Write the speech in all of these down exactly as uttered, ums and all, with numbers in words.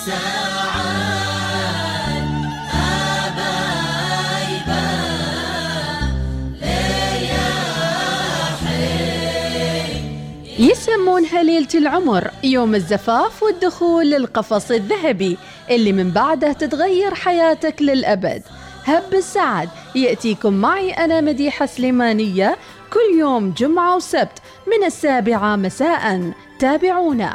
يسمونها ليلة العمر، يوم الزفاف والدخول للقفص الذهبي اللي من بعده تتغير حياتك للأبد. هب السعد يأتيكم معي أنا مديحة سليمانية كل يوم جمعة وسبت من السابعة مساء. تابعونا.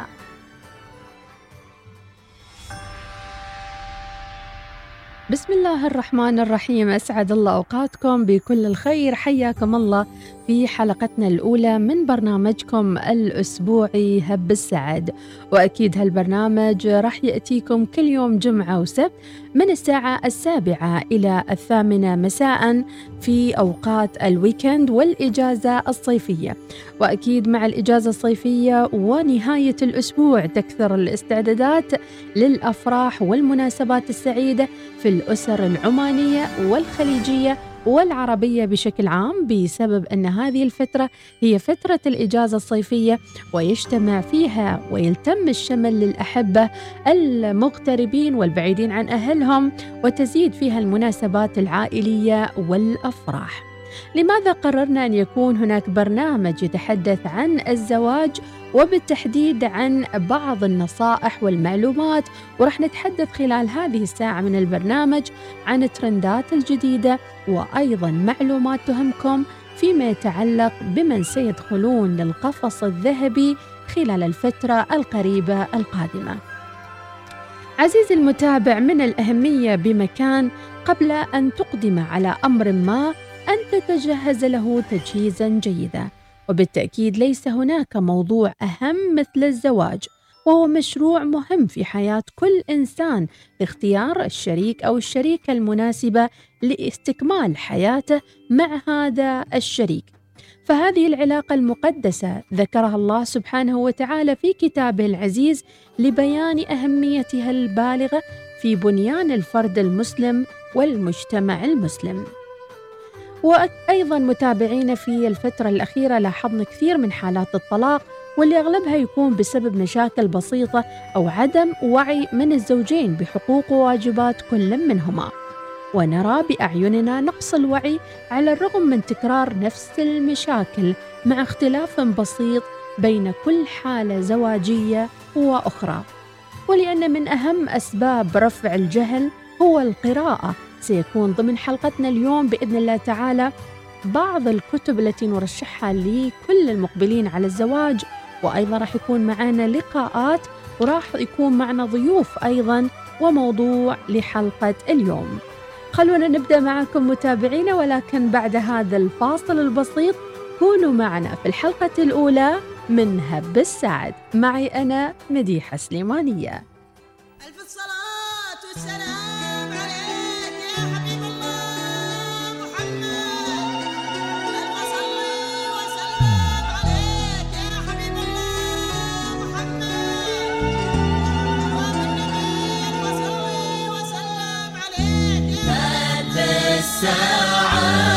بسم الله الرحمن الرحيم، أسعد الله أوقاتكم بكل الخير. حياكم الله في حلقتنا الأولى من برنامجكم الأسبوعي هب السعد. وأكيد هالبرنامج راح يأتيكم كل يوم جمعة وسبت من الساعة السابعة إلى الثامنة مساء في أوقات الويكند والإجازة الصيفية. وأكيد مع الإجازة الصيفية ونهاية الأسبوع تكثر الاستعدادات للأفراح والمناسبات السعيدة في الأسر العمانية والخليجية والعربية بشكل عام، بسبب أن هذه الفترة هي فترة الإجازة الصيفية ويجتمع فيها ويلتم الشمل للأحبة المغتربين والبعيدين عن أهلهم، وتزيد فيها المناسبات العائلية والأفراح. لماذا قررنا أن يكون هناك برنامج يتحدث عن الزواج وبالتحديد عن بعض النصائح والمعلومات؟ ورح نتحدث خلال هذه الساعة من البرنامج عن الترندات الجديدة وأيضا معلومات تهمكم فيما يتعلق بمن سيدخلون للقفص الذهبي خلال الفترة القريبة القادمة. عزيزي المتابع، من الأهمية بمكان قبل أن تقدم على أمر ما أن تتجهز له تجهيزا جيدا. وبالتأكيد ليس هناك موضوع أهم مثل الزواج، وهو مشروع مهم في حياة كل إنسان لاختيار الشريك أو الشريكة المناسبة لاستكمال حياته مع هذا الشريك. فهذه العلاقة المقدسة ذكرها الله سبحانه وتعالى في كتابه العزيز لبيان أهميتها البالغة في بنيان الفرد المسلم والمجتمع المسلم. وأيضا متابعين في الفترة الأخيرة لاحظنا كثير من حالات الطلاق، واللي أغلبها يكون بسبب مشاكل بسيطة أو عدم وعي من الزوجين بحقوق وواجبات كل منهما. ونرى بأعيننا نقص الوعي على الرغم من تكرار نفس المشاكل مع اختلاف بسيط بين كل حالة زواجية وأخرى. ولأن من أهم أسباب رفع الجهل هو القراءة، سيكون ضمن حلقتنا اليوم بإذن الله تعالى بعض الكتب التي نرشحها لكل المقبلين على الزواج، وأيضا راح يكون معنا لقاءات وراح يكون معنا ضيوف أيضا وموضوع لحلقة اليوم. خلونا نبدأ معكم متابعينا، ولكن بعد هذا الفاصل البسيط كونوا معنا في الحلقة الأولى من هب السعد معي أنا مديحة سليمانية. ألف الصلاة والسلام عليك يا حبيب الله محمد، ألف صلي وسلم عليك يا حبيب الله محمد، والنبي ألف صلي وسلم عليك يا هب السعد.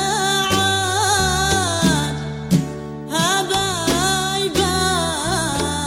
هبايبا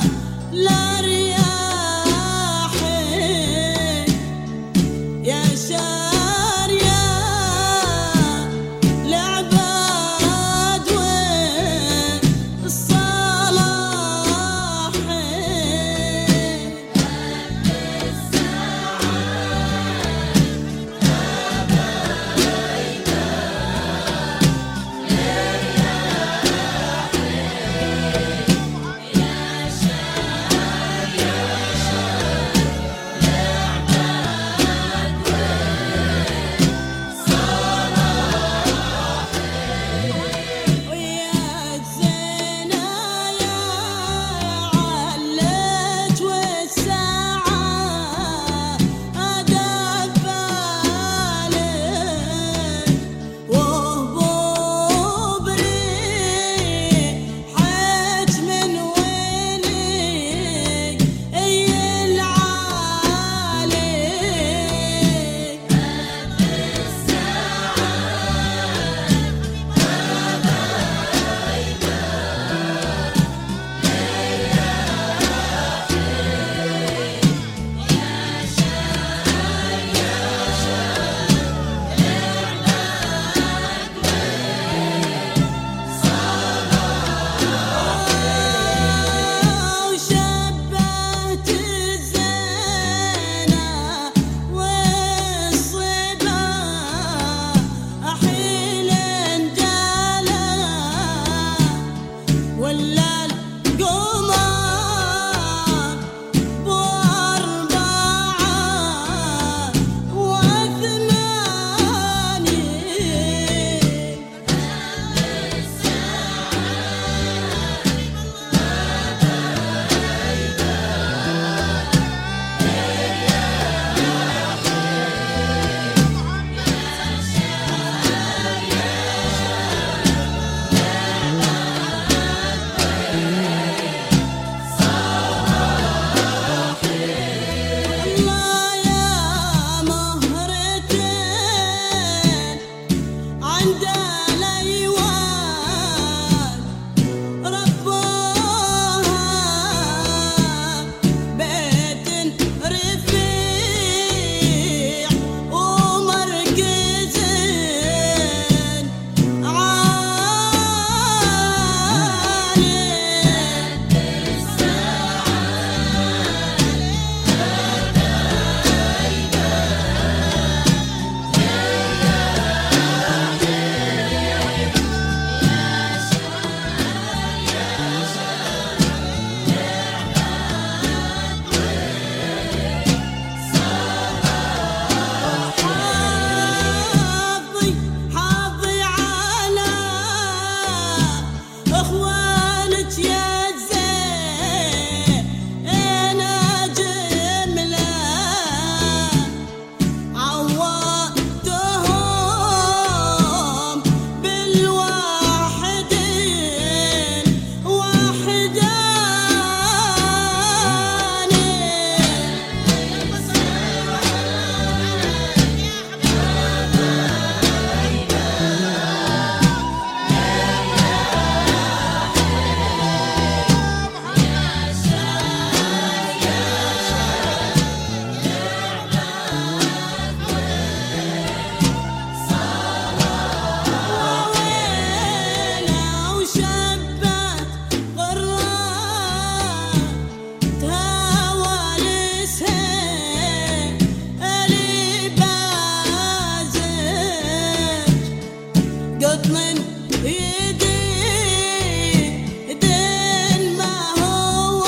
يدين ما هو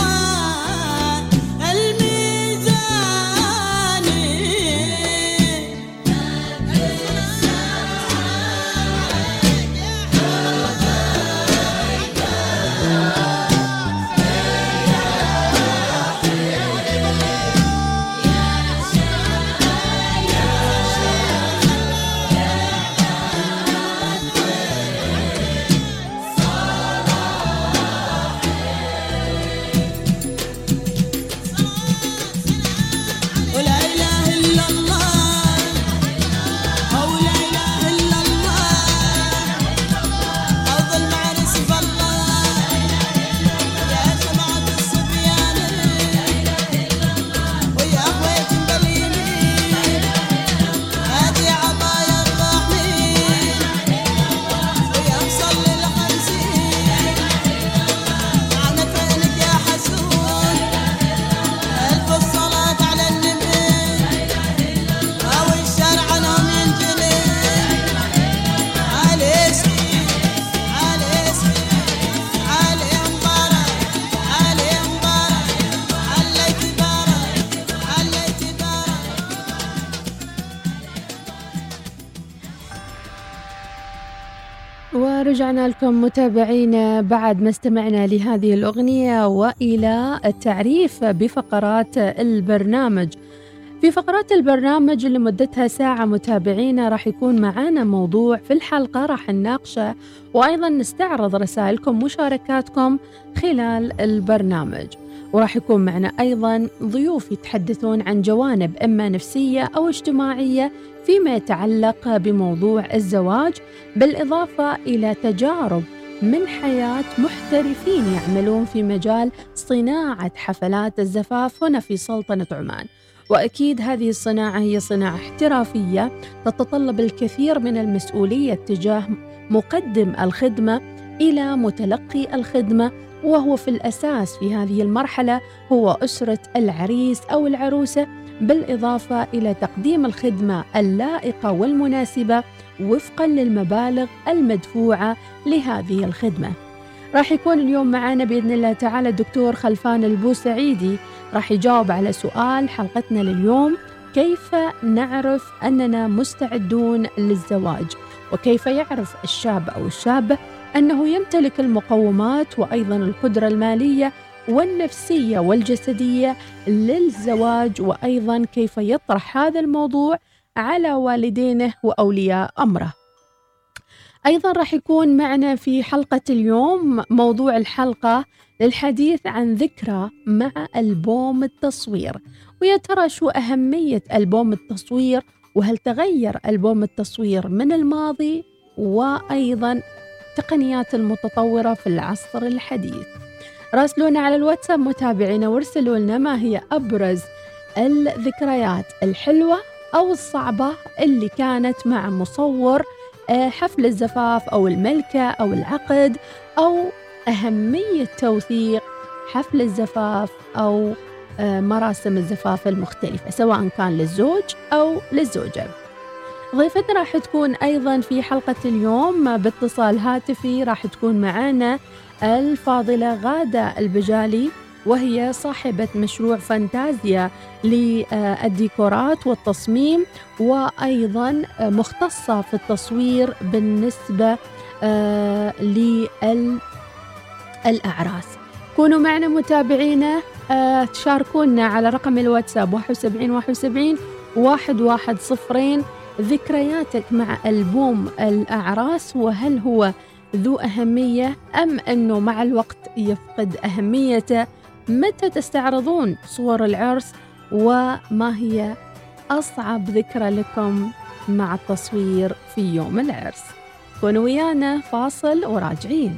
الميزان. ولا إله إلا الله، أو لا إله إلا الله، أفضل مع نسب الله يا جماعة الصبيان ويا أخوات باليمين، هذه عطايا الرحمن ويا مصلي الخمسين، معنى فينك يا حسون ألف الصلاة على النبي أو الشرع نوم ينجلي على اسمي على اسمي على مبارك على مبارك على تبارك على تبارك. ورجعنا لكم متابعينا بعد ما استمعنا لهذه الأغنية وإلى التعريف بفقرات البرنامج. في فقرات البرنامج اللي مدتها ساعة متابعينا راح يكون معانا موضوع في الحلقة راح نناقشه، وأيضا نستعرض رسائلكم مشاركاتكم خلال البرنامج، وراح يكون معنا أيضا ضيوف يتحدثون عن جوانب إما نفسية أو اجتماعية فيما يتعلق بموضوع الزواج، بالإضافة إلى تجارب من حياة محترفين يعملون في مجال صناعة حفلات الزفاف هنا في سلطنة عمان. وأكيد هذه الصناعة هي صناعة احترافية تتطلب الكثير من المسؤولية تجاه مقدم الخدمة إلى متلقي الخدمة، وهو في الأساس في هذه المرحلة هو أسرة العريس أو العروسة، بالإضافة إلى تقديم الخدمة اللائقة والمناسبة وفقاً للمبالغ المدفوعة لهذه الخدمة. راح يكون اليوم معنا بإذن الله تعالى الدكتور خلفان البوسعيدي، راح يجاوب على سؤال حلقتنا لليوم: كيف نعرف أننا مستعدون للزواج؟ وكيف يعرف الشاب أو الشابة أنه يمتلك المقومات وأيضا القدرة المالية والنفسية والجسدية للزواج، وأيضا كيف يطرح هذا الموضوع على والدينه وأولياء أمره. أيضا راح يكون معنا في حلقة اليوم موضوع الحلقة للحديث عن ذكرى مع ألبوم التصوير، ويا ترى شو أهمية ألبوم التصوير، وهل تغير ألبوم التصوير من الماضي، وأيضا التقنيات المتطورة في العصر الحديث. راسلونا على الواتساب متابعينا وارسلوا لنا ما هي أبرز الذكريات الحلوة أو الصعبة اللي كانت مع مصور حفل الزفاف أو الملكة أو العقد، أو أهمية توثيق حفل الزفاف أو مراسم الزفاف المختلفة سواء كان للزوج أو للزوجة. ضيفتنا راح تكون أيضا في حلقة اليوم باتصال هاتفي، راح تكون معنا الفاضلة غادة البجالي، وهي صاحبة مشروع فانتازيا للديكورات والتصميم، وأيضا مختصة في التصوير بالنسبة للأعراس. كونوا معنا متابعينا، تشاركونا على رقم الواتساب واحد وسبعين واحد وسبعين واحد واحد صفرين ذكرياتك مع ألبوم الأعراس، وهل هو ذو أهمية أم أنه مع الوقت يفقد أهميته؟ متى تستعرضون صور العرس؟ وما هي أصعب ذكرى لكم مع التصوير في يوم العرس؟ كونوا ويانا، فاصل وراجعين.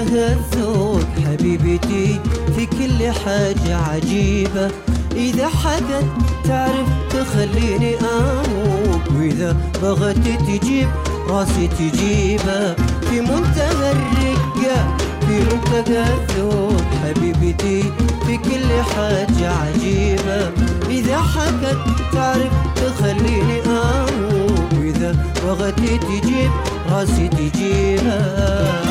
منتهى الذوق حبيبتي في كل حاجة عجيبة، إذا حكت تعرف تخليني أموت، وإذا بغت تجيب راسي تجيبها. في منتهى الرقة في منتهى الذوق حبيبتي في كل حاجة عجيبة، إذا حكت تعرف تخليني أموت، وإذا بغت تجيب راسي تجيبها.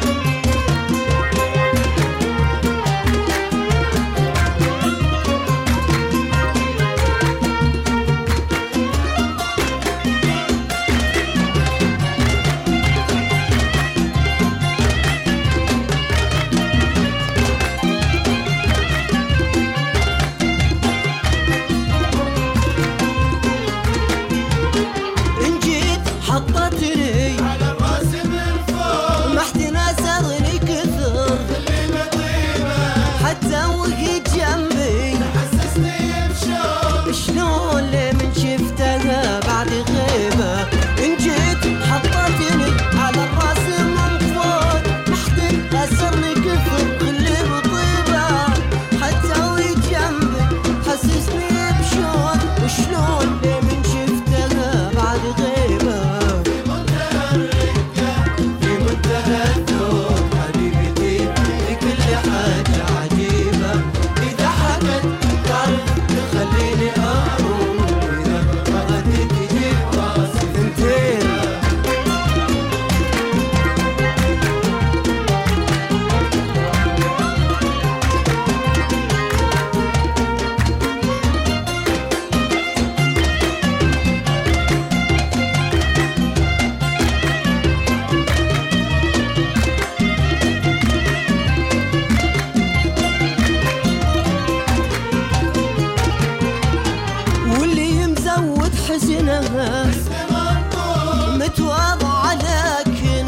حطتني على الراس من فوق، ما حد ناصرني كثر اللي بطيبه، حتى وقيت جنبي حسسني بشوق، شلون لي من شفتها بعد غيبه. ان جيت حطتني على الراس من فوق، ما حد ناصرني كثر اللي بطيبه، حتى وقيت جنبي حسسني بشوق، وشلون لي من شفتها بعد غيبه. حزنها متواضعة لكن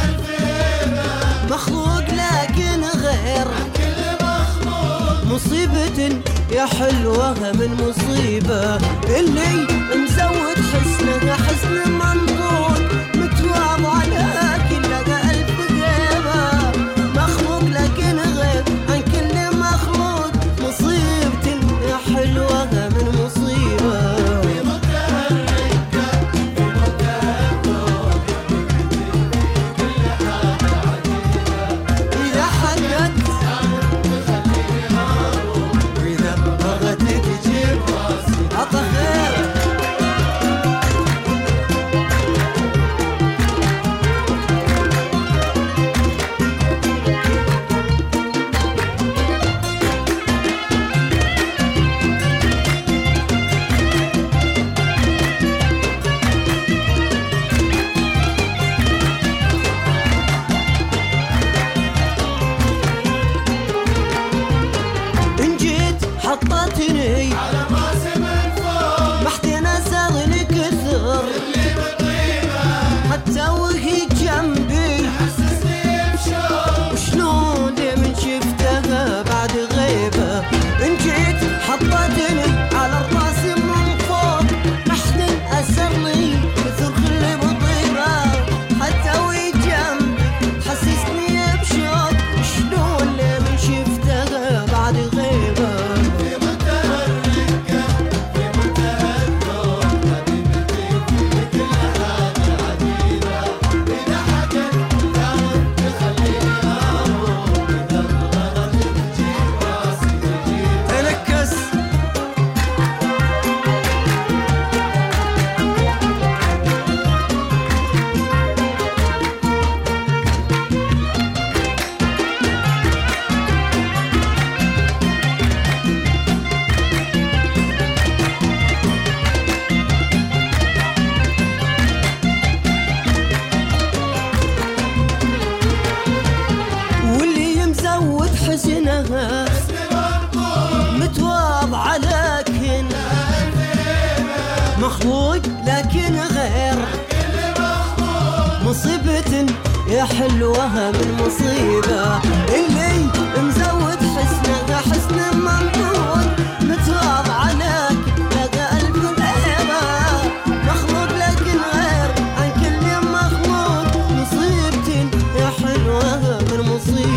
مخلوق، لكن غير مصيبة يا حلوها من مصيبة. اللي مزود حسنها حسن منطوق، متواضعة لكن لها ألف غيبة، مخلوق لكن غير عن كل مخلوق، مصيبة يا حلوها من مصيبة. حطتني على راسي من فوق، ما حد ناصرني كثر اللي بطيبه، حتى وهي جنبي حسسني بشوق، وشلون لي من شفتها بعد غيبه. ان جيت حطتني على الراس من فوق، ما حد ناصرني كثر اللي بطيبه، حتى وهي جنبي حسسني بشوق، شلون لي من شفتها بعد غيبه. حزنها متواضعة لكن مخلوق، لكن غير مصيبة يا حلوها من مصيبة. اللي مزود حسنها حسن منطوق، متواضعة لكن لقى ألف غيبة، مخلوق لكن غير عن كل مخلوق، مصيبة يا حلوها من مصيبة.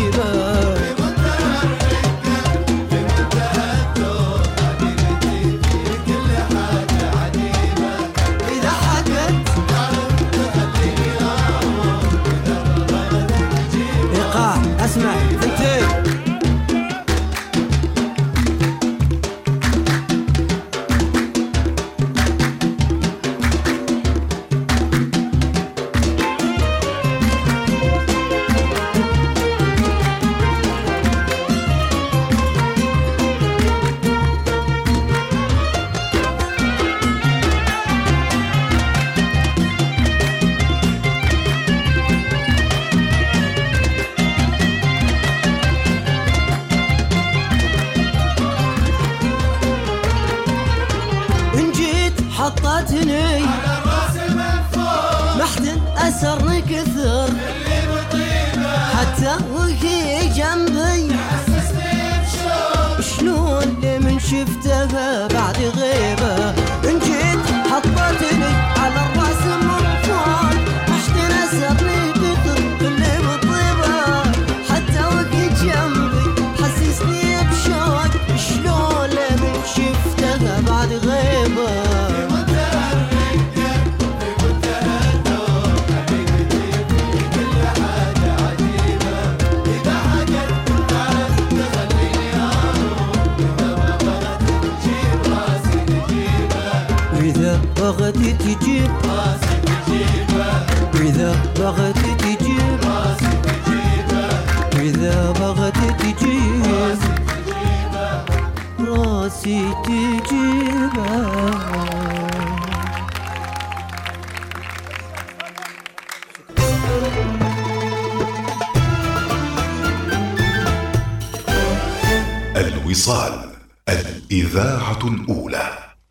حطتني على الراس من فوق، محتن أسرني كثر اللي بطيبة حتى وهي جنبي حسسني بشوق، شلون من شفتها بعد غيبة إن جيت حطتني على الراس من فوق، محتن أسرني كثر اللي بطيبة حتى وهي جنبي حسسني بشوق، شلون من شفتها بعد غيبة بغت تجيب راسي تجيبه، وإذا بغت تجيب راسي تجيبه، وإذا بغت تجيب راسي تجيبه، راسي تجيبها. الوصال، الإذاعة الأولى.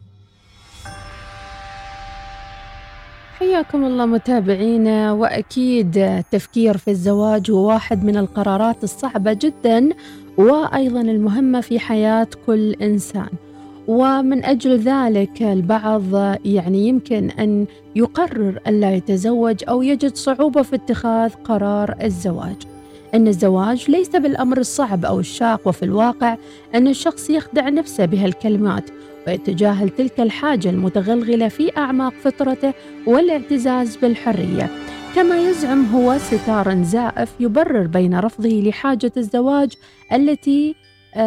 حياكم الله متابعينا. وأكيد التفكير في الزواج هو واحد من القرارات الصعبة جدا وأيضا المهمة في حياة كل إنسان، ومن أجل ذلك البعض يعني يمكن أن يقرر أن لا يتزوج أو يجد صعوبة في اتخاذ قرار الزواج. أن الزواج ليس بالأمر الصعب أو الشاق، وفي الواقع أن الشخص يخدع نفسه بهالكلمات ويتجاهل تلك الحاجة المتغلغلة في أعماق فطرته والاعتزاز بالحرية، كما يزعم هو ستار زائف يبرر بين رفضه لحاجة الزواج التي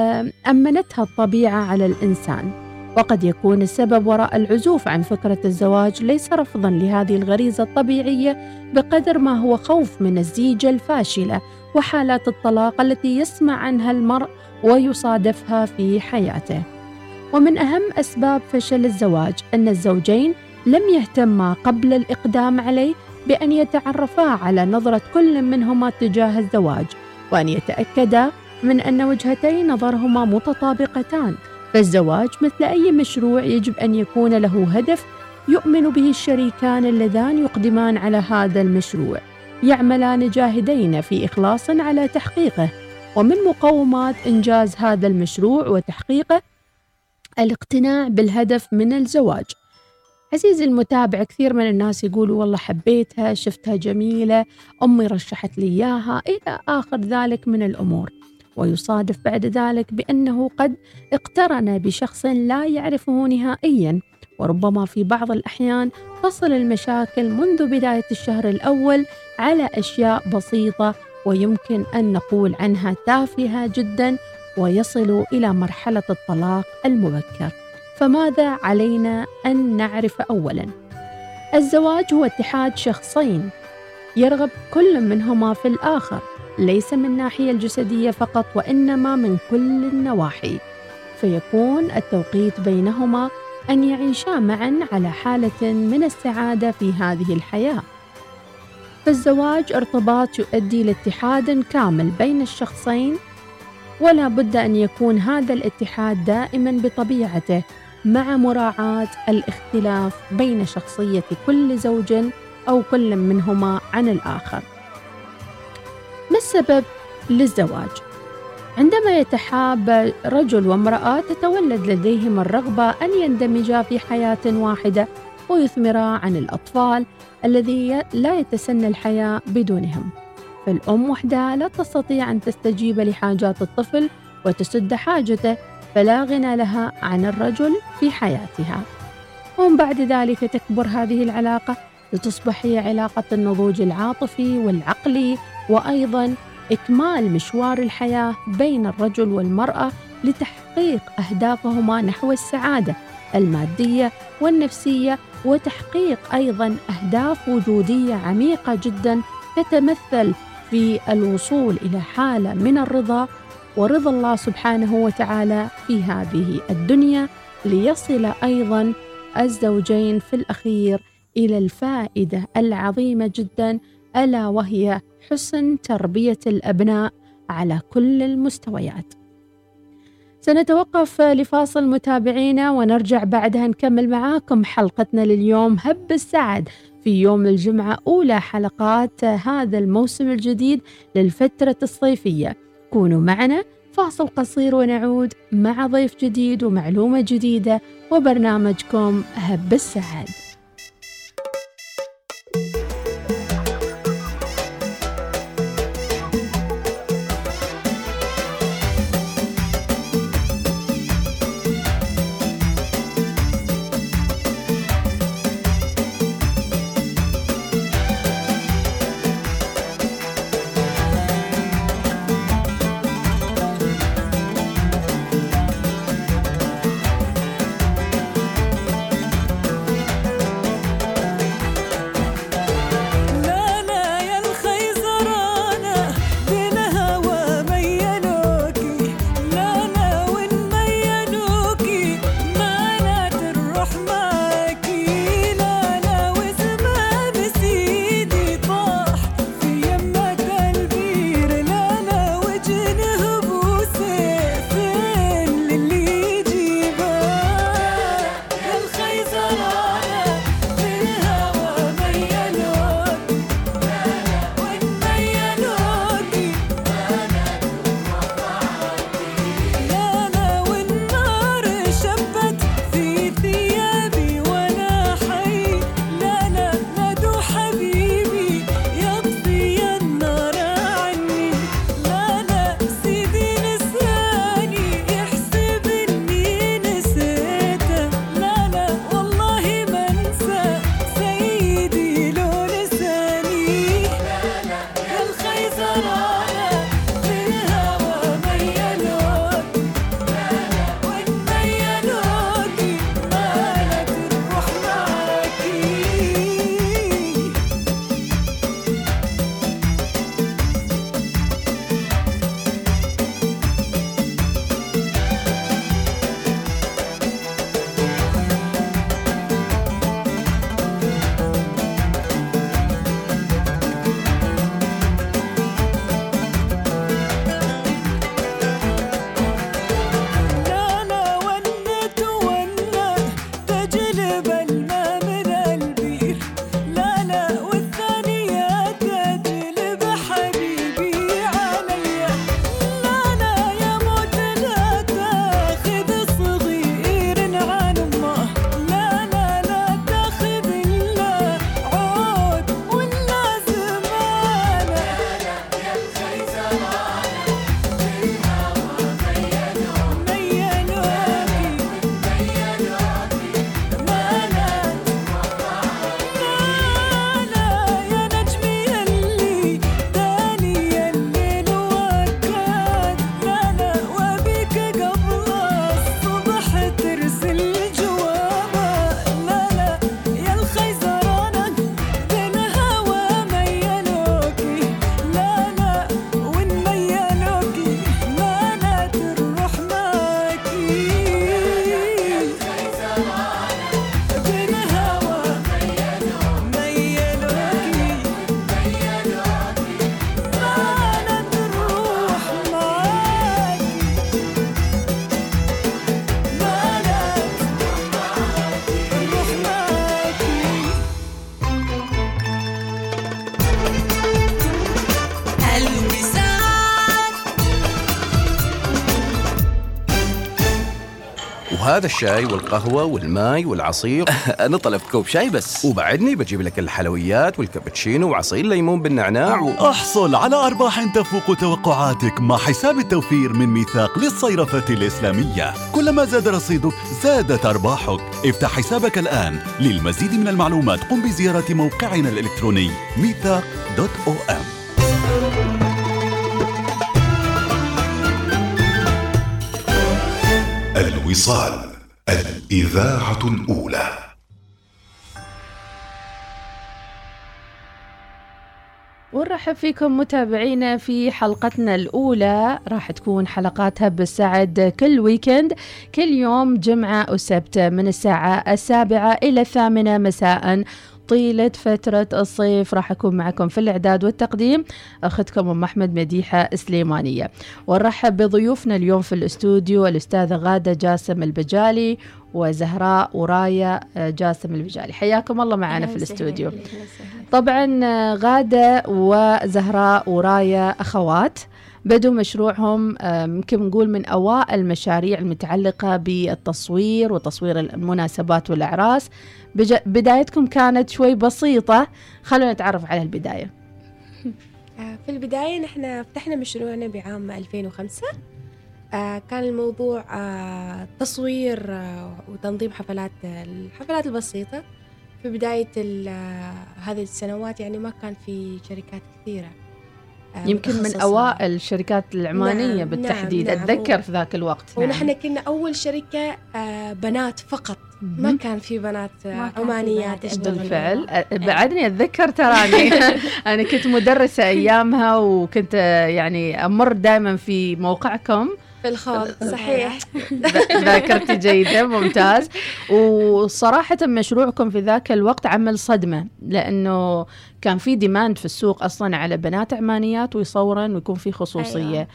أمنتها الطبيعة على الإنسان. وقد يكون السبب وراء العزوف عن فكرة الزواج ليس رفضاً لهذه الغريزة الطبيعية بقدر ما هو خوف من الزيجة الفاشلة وحالات الطلاق التي يسمع عنها المرء ويصادفها في حياته. ومن أهم أسباب فشل الزواج أن الزوجين لم يهتما قبل الإقدام عليه بأن يتعرفا على نظرة كل منهما تجاه الزواج، وأن يتأكدا من أن وجهتي نظرهما متطابقتان. فالزواج مثل أي مشروع يجب أن يكون له هدف يؤمن به الشريكان اللذان يقدمان على هذا المشروع، يعملان جاهدين في إخلاص على تحقيقه. ومن مقومات إنجاز هذا المشروع وتحقيقه الاقتناع بالهدف من الزواج. عزيزي المتابع، كثير من الناس يقولوا والله حبيتها، شفتها جميلة، أمي رشحت لي إياها، إلى آخر ذلك من الأمور، ويصادف بعد ذلك بأنه قد اقترن بشخص لا يعرفه نهائياً، وربما في بعض الأحيان تصل المشاكل منذ بداية الشهر الأول على أشياء بسيطة ويمكن أن نقول عنها تافهة جداً، ويصل إلى مرحلة الطلاق المبكر. فماذا علينا أن نعرف أولاً؟ الزواج هو اتحاد شخصين يرغب كل منهما في الآخر، ليس من الناحية الجسدية فقط وإنما من كل النواحي، فيكون التوقيت بينهما أن يعيشا معاً على حالة من السعادة في هذه الحياة. فالزواج ارتباط يؤدي لاتحاد كامل بين الشخصين، ولا بد أن يكون هذا الاتحاد دائماً بطبيعته مع مراعاة الاختلاف بين شخصية كل زوج أو كل منهما عن الآخر. ما السبب للزواج؟ عندما يتحاب رجل وامرأة تتولد لديهم الرغبة أن يندمجا في حياة واحدة ويثمرا عن الأطفال الذي لا يتسنى الحياة بدونهم. فالأم وحدها لا تستطيع أن تستجيب لحاجات الطفل وتسد حاجته، فلا غنى لها عن الرجل في حياتها. ومن بعد ذلك تكبر هذه العلاقة لتصبح هي علاقة النضوج العاطفي والعقلي، وأيضاً إكمال مشوار الحياة بين الرجل والمرأة لتحقيق أهدافهما نحو السعادة المادية والنفسية، وتحقيق أيضاً أهداف وجودية عميقة جداً تتمثل في الوصول إلى حالة من الرضا ورضا الله سبحانه وتعالى في هذه الدنيا، ليصل أيضاً الزوجين في الأخير إلى الفائدة العظيمة جداً، ألا وهي حسن تربية الأبناء على كل المستويات. سنتوقف لفاصل متابعينا ونرجع بعدها نكمل معاكم حلقتنا لليوم هب السعد في يوم الجمعة، أولى حلقات هذا الموسم الجديد للفترة الصيفية. كونوا معنا، فاصل قصير ونعود مع ضيف جديد ومعلومة جديدة وبرنامجكم هب السعد. وهذا الشاي والقهوة والماي والعصير. أنا طلبت كوب شاي بس. وبعدني بجيب لك الحلويات والكابتشينو وعصير ليمون بالنعناع و... احصل على أرباح تفوق توقعاتك مع حساب التوفير من ميثاق للصيرفة الإسلامية. كلما زاد رصيدك زادت أرباحك. افتح حسابك الآن. للمزيد من المعلومات قم بزيارة موقعنا الإلكتروني ميثاق دوت أو أم. الوصال، الإذاعة الأولى. ونرحب فيكم متابعينا في حلقتنا الأولى. راح تكون حلقات هب السعد كل ويكند، كل يوم جمعة وسبت من الساعة السابعة إلى الثامنة مساء. طيلة فترة الصيف راح أكون معكم في الإعداد والتقديم أختكم أم أحمد مديحة سليمانية. ونرحب بضيوفنا اليوم في الاستوديو الأستاذة غادة جاسم البجالي وزهراء ورايا جاسم البجالي. حياكم الله معنا في الاستوديو. طبعا غادة وزهراء ورايا أخوات، بدوا مشروعهم يمكن نقول من أوائل المشاريع المتعلقة بالتصوير وتصوير المناسبات والأعراس. بدايتكم كانت شوي بسيطة، خلونا نتعرف على البداية. في البداية نحن فتحنا مشروعنا بعام ألفين وخمسة. كان الموضوع تصوير وتنظيم حفلات الحفلات البسيطة. في بداية هذه السنوات يعني ما كان في شركات كثيرة، يمكن من أوائل الشركات العمانية. نعم بالتحديد. نعم أتذكر نعم. في ذاك الوقت ونحن نعم. كنا أول شركة بنات فقط، ما كان في بنات عمانيات. بالفعل بعدني أتذكر تراني أنا كنت مدرسة أيامها، وكنت يعني أمر دائما في موقعكم في الخاض. صحيح. ذاكرتي جيدة، ممتاز. وصراحة مشروعكم في ذاك الوقت عمل صدمة، لأنه كان في ديماند في السوق أصلا على بنات عمانيات ويصورن ويكون في خصوصية. أيوة.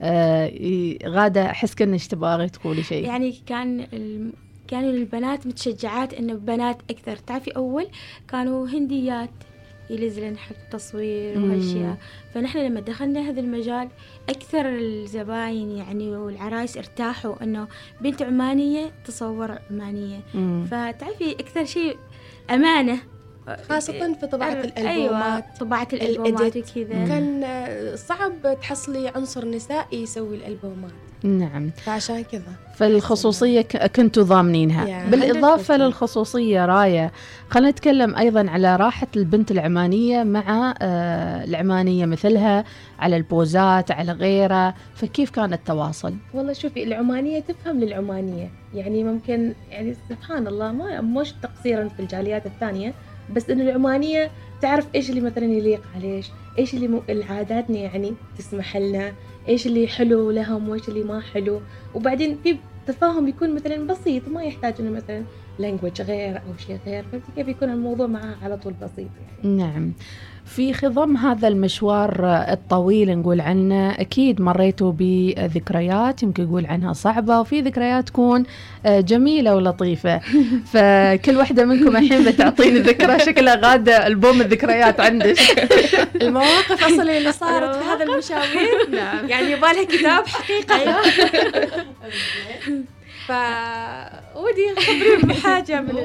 آه غادة أحس كأنك تبغي تقولي شيء. يعني كان ال... كانوا البنات متشجعات إنه بنات أكثر. تعرفي أول كانوا هنديات ينزلن حق التصوير وهالشياء، فنحن لما دخلنا هذا المجال أكثر الزباين يعني والعرايس ارتاحوا إنه بنت عمانية تصور عمانية. مم. فتعرفي أكثر شيء أمانة، خاصة في طباعة الألبومات. أيوة طباعة الألبومات وكذا كان صعب تحصلي عنصر نسائي يسوي الألبومات. نعم. فعشان كذا فالخصوصية كنتوا ضامنينها. بالإضافة للخصوصية رايا، خلينا نتكلم أيضا على راحة البنت العمانية مع آه العمانية مثلها، على البوزات على غيره، فكيف كان التواصل؟ والله شوفي العمانية تفهم للعمانية، يعني ممكن يعني سبحان الله ما مش تقصيرا في الجاليات الثانية، بس إنه العمانية تعرف إيش اللي مثلا يليق عليش، إيش اللي م... العاداتنا يعني تسمح لنا، إيش اللي حلو لهم وإيش اللي ما حلو. وبعدين في تفاهم يكون مثلا بسيط، ما يحتاج إنه مثلا لانجوج غير أو شيء غير، فهمتي كيف يكون الموضوع معاه على طول بسيط يعني. نعم. في خضم هذا المشوار الطويل نقول عنه أكيد مريتوا بذكريات يمكن نقول عنها صعبة، وفي ذكريات تكون جميلة ولطيفة. فكل واحدة منكم الحين بتعطيني ذكرى شكلها غادة ألبوم الذكريات عندك. المواقف أصلا اللي صارت في هذا المشاوير. نعم. يعني يبالها كتاب حقيقة. ف ودي خبرين بحاجة من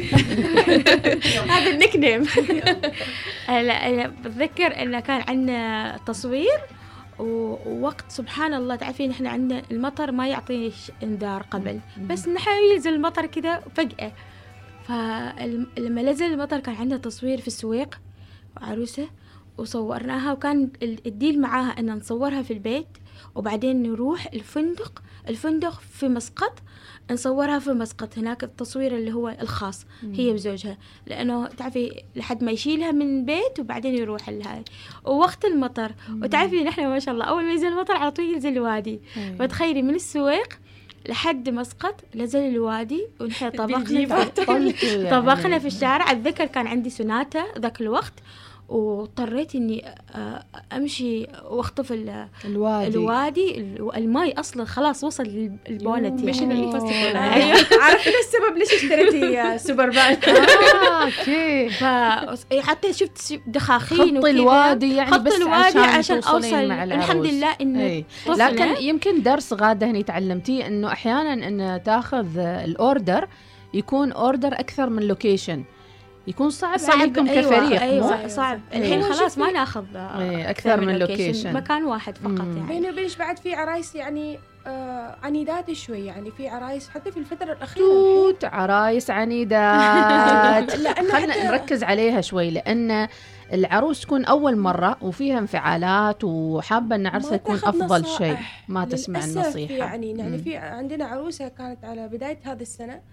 هذا النيك نيم. أنا بتذكر إنه كان عندنا تصوير ووقت سبحان الله تعرفين إحنا عندنا المطر ما يعطيش إنذار قبل، بس نحن ينزل المطر كذا فجأة. فلما نزل المطر كان عندنا تصوير في السويق عروسة وصورناها، وكان الديل معاها إن نصورها في البيت وبعدين نروح الفندق الفندق في مسقط نصورها في مسقط هناك التصوير اللي هو الخاص. مم. هي وزوجها، لأنه تعرفي لحد ما يشيلها من البيت وبعدين يروح لها ووقت المطر. مم. وتعرفي نحن ما شاء الله أول ما ينزل المطر على طول ينزل الوادي. فتخيلي من السويق لحد مسقط نزل الوادي ونحن طبخنا طبخنا في الشارع. أتذكر كان عندي سوناتا ذاك الوقت، واضطريت اني امشي واخطف الوادي الوادي الماي اصلا خلاص وصل للبونت. مش الفستيفال. عارفين السبب ليش اشتريتي سوبر بان؟ اه اوكي. حتى شفت دخاخين خط الوادي يعني خط بس الوادي عشان, عشان اوصل. الحمد لله انه لكن يمكن درس غادة هني تعلمتيه انه احيانا ان تاخذ الاوردر يكون اوردر اكثر من لوكيشن، يكون صعب, صعب عليكم أيوة كفريق. أيوة صعب. الحين أيوة خلاص ما ناخذ أيه أكثر من لوكيشن، مكان واحد فقط. مم. يعني بيني وبينش بعد في عرايس يعني آه عنيدات شوي، يعني في عرايس حتى في الفترة الأخيرة توت عرايس عنيدات. خلنا نركز عليها شوي، لأن العروس تكون أول مرة وفيها انفعالات وحابة أن عرسها يكون أفضل شيء، ما تسمع النصيحة. يعني يعني في عندنا عروسة كانت على بداية هذه السنة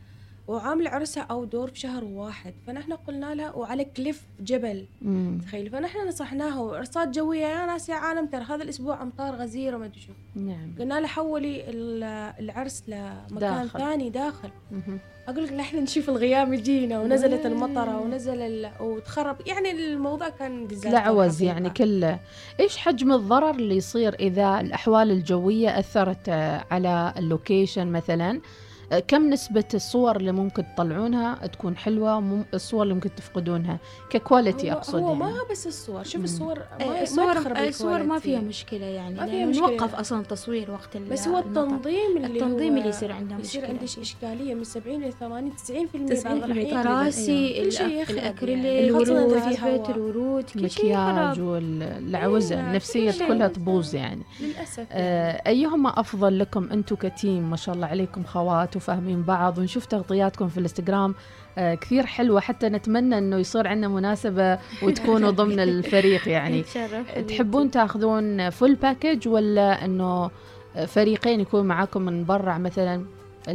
وعامله عرسها او دور في شهر واحد، فنحن قلنا لها وعلى كليف جبل مم. تخيل، فنحن نصحناها وارصاد جويه يا ناس يا عالم ترى هذا الاسبوع امطار غزيره وما ادري شو. نعم. قلنا لها حولي العرس لمكان داخل. ثاني داخل. مم. اقول لك نحن نشوف الغيام يجينا ونزلت المطره ونزل ال... وتخرب، يعني الموضوع كان لعوز يعني كله. ايش حجم الضرر اللي يصير اذا الاحوال الجويه اثرت على اللوكيشن مثلا؟ كم نسبة الصور اللي ممكن تطلعونها تكون حلوة والصور اللي ممكن تفقدونها ككواليتي هو أقصد؟ هو يعني. ما بس الصور، شوف مم. الصور ما الصور تخرب الصور ما فيها الكواليتي. مشكلة يعني، ما فيها نوقف مشكلة. أصلا تصوير وقت بس هو التنظيم اللي التنظيم هو اللي يصير عندنا يصير مشكلة. عندي إشكالية من سبعين إلى ثمانين تسعين في المية تسعين بعض في المية الأحيان. كراسي كل شيء يخرب الأكريليك يعني. الورود الورود فيها الورود كل شيء المكياج خرب والعوزة إيه، النفسية كل شيء. كلها تبوظ يعني. للأسف آه، أيهما أفضل لكم أنتم كتيم؟ ما شاء الله عليكم خوات وفاهمين بعض، ونشوف تغطياتكم في الانستغرام آه، كثير حلوة، حتى نتمنى أنه يصير عندنا مناسبة وتكونوا ضمن الفريق يعني. نتشرف. تحبون تاخذون فول باكج ولا أنه فريقين يكون معاكم من برا، مثلا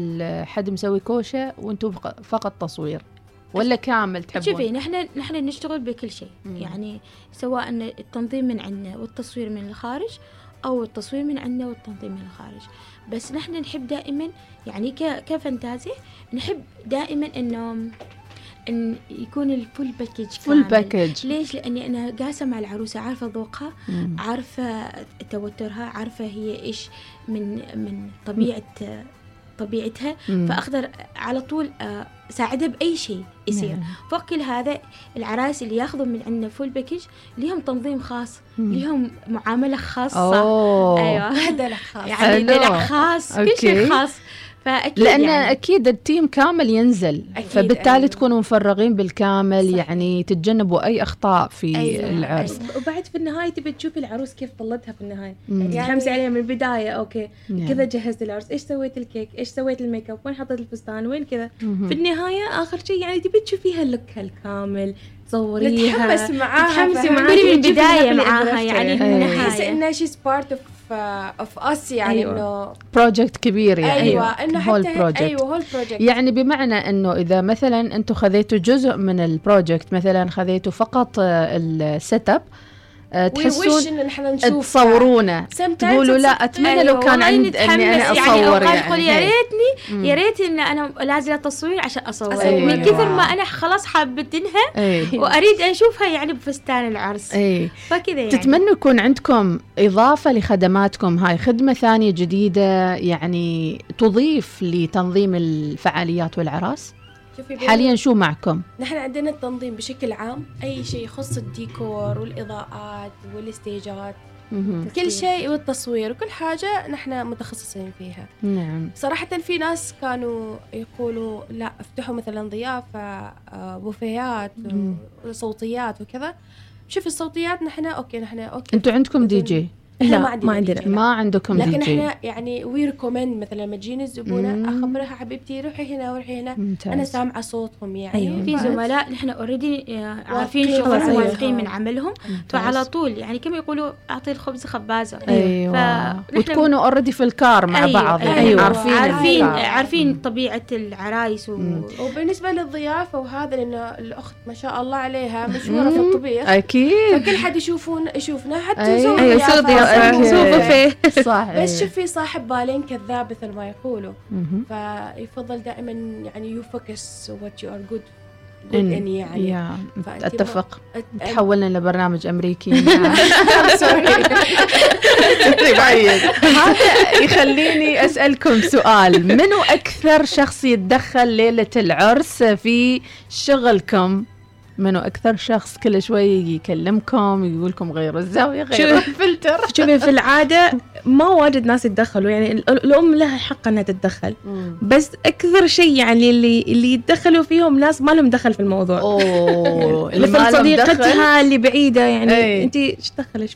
حد مسوي كوشة وانتم فقط تصوير، ولا كامل تحبون؟ شوفي نحن نحن نشتغل بكل شيء مم. يعني، سواء التنظيم من عندنا والتصوير من الخارج، أو التصوير من عندنا والتنظيم من الخارج. بس نحن نحب دائما يعني ك كفانتازي نحب دائما إنه إن يكون الفول باكج فول باكج. ليش؟ لأني أنا قاسة مع العروسة، عارفة ذوقها، مم. عارفة توترها، عارفة هي إيش من من طبيعة طبيعتها، مم. فأقدر على طول أساعدها بأي شيء يصير. نعم. فوق كل هذا العرايس اللي ياخذوا من عندنا فول باكج لهم تنظيم خاص، مم. لهم معاملة خاصة. أوه. أيوة دلع خاص يعني حلو. دلع خاص، كل أوكي. شيء خاص. فأكيد لأن يعني أكيد التيم كامل ينزل، أكيد. فبالتالي أيوة. تكونوا مفرغين بالكامل، صح. يعني تتجنبوا أي أخطاء في أيوة. العرس. وبعد في النهاية تبي تشوفي العروس كيف طلتها في النهاية، مم. يعني يعني- تحمسي عليها من البداية. أوكي نعم. كذا جهزت العرس، إيش سويت الكيك، إيش سويت الميك اب، وين حطيت الفستان، وين كذا. مهم. في النهاية آخر شيء يعني تبي تشوفيها لوكها الكامل، تصوريها، نتحمس معاها، تتحمسي فاهمة؟ معاها، من تبي البداية تشوفيها معاها بالإبرة يعني شوية. من أيوة. تحس النهاية. إنها she's part of of us يعني أيوة. إنه بروجكت كبير يعني. أيوة إنه هول حتى بروجكت. أيوة هول بروجكت يعني بمعنى انه اذا مثلا انتم خذيتوا جزء من البروجكت، مثلا خذيتوا فقط السيت اب، تحسون إن إحنا نشوف تصورونه، Sometimes تقولوا لا it's- اتمنى أيوة لو كان والله عند نتحمس اني انا يعني، اصور أوقات يعني, أقول يا هيك. ريتني مم. يا ريت إن أنا لازلة تصوير عشان أصور، أصور. من كثر أيوة. ما أنا خلاص حابتنها اي وأريد أشوفها يعني بفستان العرس. اي فكذا يعني تتمنوا يكون عندكم اضافه لخدماتكم هاي، خدمه ثانيه جديده يعني تضيف لتنظيم الفعاليات والعراس؟ شوفي بين- حاليا شو معكم؟ نحن عندنا التنظيم بشكل عام، أي شيء يخص الديكور والإضاءات والستيجات، مهم. كل شيء والتصوير وكل حاجة نحن متخصصين فيها. نعم. صراحة في ناس كانوا يقولوا لا افتحوا مثلا ضيافة آه، بوفيات مم. وصوتيات وكذا. شوف الصوتيات نحن أوكي نحن أوكي انتوا عندكم دي جي؟ إحنا لا، ما عندنا ما عندنا. دي جي، لا. ما عندكم دي لكن جي؟ احنا يعني وي ريكومند مثلا لما تجيني الزبونه مم. اخبرها حبيبتي روحي هنا وروحي هنا، ممتاز. انا سامعه صوتهم يعني. أيوة. في ف- زملاء نحن اوريدي عارفين واثقين شغلهم خلاص، واثقين أيوة. من عملهم، فعلى طول يعني كما يقولوا اعطي الخبز خبازه. ايوه. فنحن- وتكونوا اوريدي في الكار مع أيوة. بعض يعني أيوة. عارفين عارفين الكار. عارفين طبيعه العرايس و... مم. وبالنسبه للضيافه وهذا لان الاخت ما شاء الله عليها مشهوره في مم. الطبيخ، اكيد. فكل حد يشوفون يشوفنا حتى أيوة. يسوي أيوة، ضيافة، سوي ضيافة، يسوي سوي بوفيه. بوفيه. صح. بس شوف في صاحب بالين كذاب مثل ما يقولوا، مهم. فيفضل دائما يعني يو فوكس وات يو ار جود إن- ان يعني يا فأنت اتفق. ما- تحولنا لبرنامج امريكي. سوري. طيب هذا يخليني اسالكم سؤال، منو اكثر شخص يتدخل ليله العرس في شغلكم؟ منو اكثر شخص كل شوي يكلمكم يقول لكم غيروا الزاويه غيروا شوف- الفلتر؟ شوفي في العادة ما واجد ناس يتدخلوا، يعني ال- الأم لها حق أنها تتدخل، بس أكثر شيء يعني اللي اللي يتدخلوا فيهم ناس ما لهم دخل في الموضوع. اوه اللي ما مثل لهم دخل. صديقتها اللي بعيدة يعني أي. أنت إيش دخلش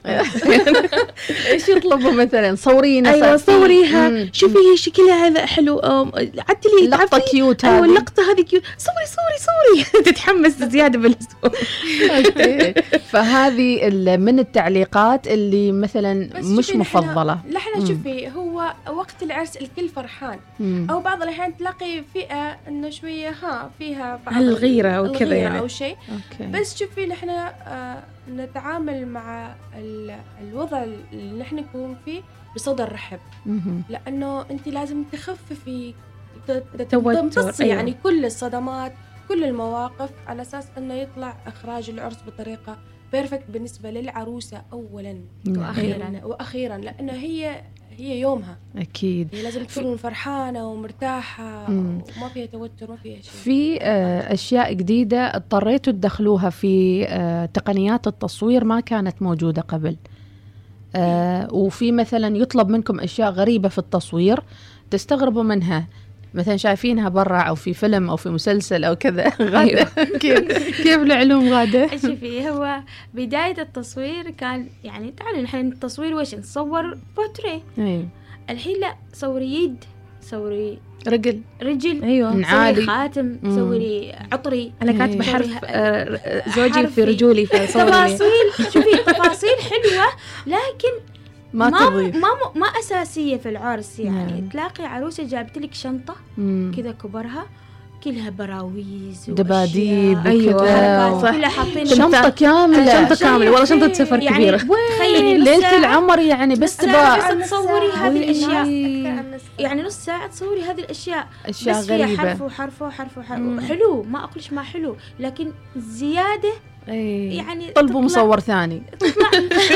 ايش يطلبوا مثلا؟ صورينا. أيوة صورتي. صوريها، مم. شوفي هي شكلها هذا حلو، أم، عدلي لقطه تعرفي؟ كيوت أيوة هذه. اللقطة هذه كيوت، صوري صوري صوري. تتحمس زيادة بالأسبوع. أوكي. فهذه ال- من التعليقات اللي مثلا بس مش شوفي نحن- مفضله. لا احنا مم. شوفي هو هو وقت العرس الكل فرحان. مم. او بعض الاحيان تلاقي فئه انه شويه ها فيها بعض الغيرة أو كذا الغيرة يعني. او شيء. أوكي. بس شوفي نحن آه نتعامل مع ال- الوضع اللي نحن نكون فيه بصدر رحب، مهم. لانه انت لازم تخففي ت- توتر، تمتصي أيوة. يعني كل الصدمات كل المواقف على اساس انه يطلع اخراج العرس بطريقه بيرفكت بالنسبه للعروسه اولا وأخيراً. لأن- واخيرا لانه هي هي يومها، أكيد. هي لازم تكون فرحانه ومرتاحه مم. وما فيها توتر ما فيها شيء. في آه، أشياء جديدة اضطريتوا تدخلوها في آه، تقنيات التصوير ما كانت موجودة قبل، آه، وفي مثلا يطلب منكم أشياء غريبة في التصوير تستغربوا منها، مثلا شايفينها برا أو في فيلم أو في مسلسل أو كذا. غادة كيف كيف العلوم غادة؟ شوفي هو بداية التصوير كان يعني تعالوا نحن التصوير وش نصور بورتريه، أيوة. الحين لا صوري يد، صوري رجل. رجل، أيوة. نعالي. صوري خاتم، مم. صوري عطري. أنا كاتبة إيه. حرف صوري- آه، زوجي في حرفي. رجولي فصوري. تفاصيل شوفي تفاصيل حلوة لكن ما ما تضيف. ما ما أساسية في العرس. يعني نعم. تلاقي عروسة جابت لك شنطة مم. كذا كبرها كلها براويز دباديب وأشياء. أيوة. وكذا حركات صح. كلها حاطين شنطة كاملة. شنطة كاملة والله شنطة سفر يعني كبيرة. تخيلي نص ليلة ساعة العمر يعني بس تبغى بس تصوري هذه الأشياء، وي. يعني نص ساعة تصوري هذه الأشياء أشياء بس فيها غريبة. حرف وحرف وحرف وحرف مم. حلو، ما أقولش ما حلو لكن زيادة أي. يعني طلبوا تطلع- مصور ثاني. تطلع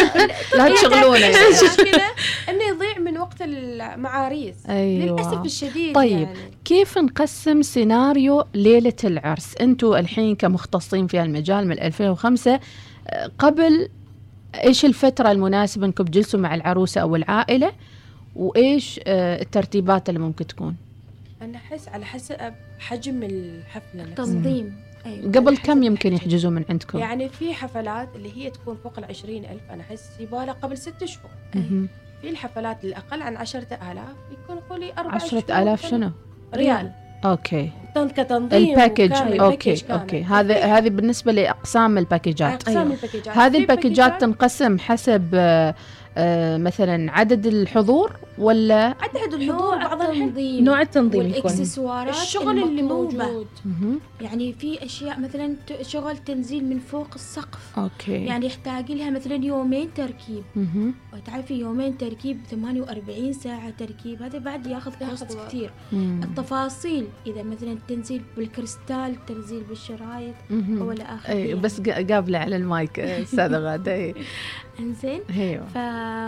لا تشغلونه يعني. كذا انه يضيع من وقت المعاريس. أيوة. للاسف الشديد. طيب يعني. كيف نقسم سيناريو ليلة العرس؟ أنتوا الحين كمختصين في المجال من ألفين وخمسة، آه، قبل إيش الفترة المناسبة أنكم تجلسوا مع العروسة أو العائلة، وإيش آه، الترتيبات اللي ممكن تكون؟ انا احس على حسب حجم الحفله نفسها. تنظيم. أيوة. قبل كم يمكن يحجزوا من عندكم؟ يعني في حفلات اللي هي تكون فوق العشرين ألف أنا أحس يبالها قبل ست شهور. مهم. في الحفلات الأقل عن عشرة آلاف يكون قولي أربعة عشرة آلاف شنو؟ ريال. أوكي. تن- كتنظيم الباكج. وكامل، أوكي باكج كامل. أوكي. هذا هذه بالنسبة لأقسام الباكجات. أقسام أيوة. الباكجات. هذه في الباكجات تنقسم حسب آه، آه، مثلا عدد الحضور ولا عدد الحضور بعض الحين التنظيم نوع التنظيم يكون. والإكسسوارات الشغل اللي المطلوبة. موجود. مهم. يعني في أشياء مثلا ت- شغل تنزيل من فوق السقف، أوكي. يعني يحتاج لها مثلا يومين تركيب، مهم. وتعرفي يومين تركيب ثمانية وأربعين ساعة تركيب، هذا بعد ياخذ كوست وقت. كثير. مم. التفاصيل إذا مثلا تنزيل بالكريستال، تنزيل بالشرايط مهم. ولا آخر أي يعني. بس قا- قابلة على المايك آه، أستاذة غادة. أي. إنزين أيوه. ف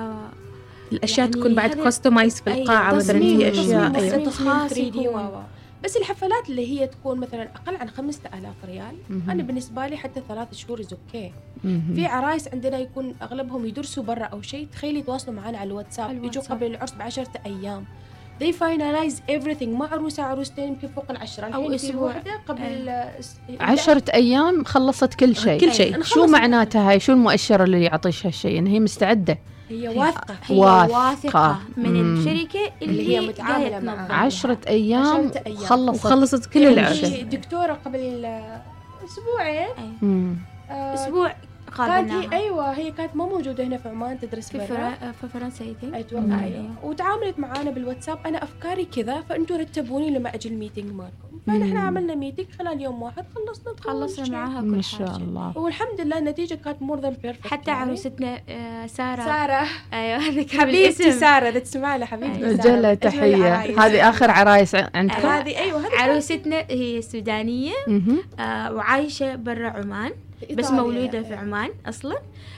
الأشياء يعني تكون بعد هذا- كوستمايز في أيوة، القاعة مثلا تصميم- في تصميم أشياء. تصميم أيوة. تصميم خاص ثري دي يكون. و و. بس الحفلات اللي هي تكون مثلا أقل عن خمسة آلاف ريال مهم. أنا بالنسبة لي حتى ثلاث شهور إز أوكي. مهم. في عرايس عندنا يكون أغلبهم يدرسوا برا أو شيء، تخيلي يتواصلوا معنا على الواتساب، يجوا الواتساب. قبل العرس بعشرة أيام. they finalize everything، ما عروسة عروستين يمكن فوق العشرة أو الحين في أسبوع. واحدة قبل آه، س- عشرة أيام خلصت كل شيء. كل شيء. نخلص شو من- معناتها هاي؟ شو المؤشر اللي يعطيش هالشيء؟ إن هي مستعدة. هي واثقة هي واثقة. واثقة من مم. الشركة اللي, اللي هي متعاملة جاية معها. تنظم. عشرة أيام عشرة أيام. خلصت. وخلصت كل يعني العرس. في دكتورة قبل آه، أسبوعين أي. مم. آه، أسبوع كانت هي قابلناها أيوة هي كانت ما موجودة هنا في عمان تدرس في, برا. فرا... في فرنسا يتم. أتوقع مم. أيوة. وتعاملت معانا بالواتساب، أنا أفكاري كذا فأنتوا رتبوني لما أجي الميتنج مالكم. فنحن مم. عملنا ميتنج خلال يوم واحد خلصنا خلصنا كل شيء. معاها كل ما حاجة. شاء الله. والحمد لله النتيجة كانت مور ذان بيرفكت. حتى عروستنا آه سارة. سارة ايوه هذيك حبيبتي بالاسم. سارة إذا تسمع لها حبيبتي أيوة. سارة. جلة أجمل تحية. العرايس. هذه آخر عرايس عندكم؟ هذه أيوة هذه عروستنا هي سودانية مهم. آه وعايشة برا عمان، في بس إيطاليا. مولودة في عمان أصلا.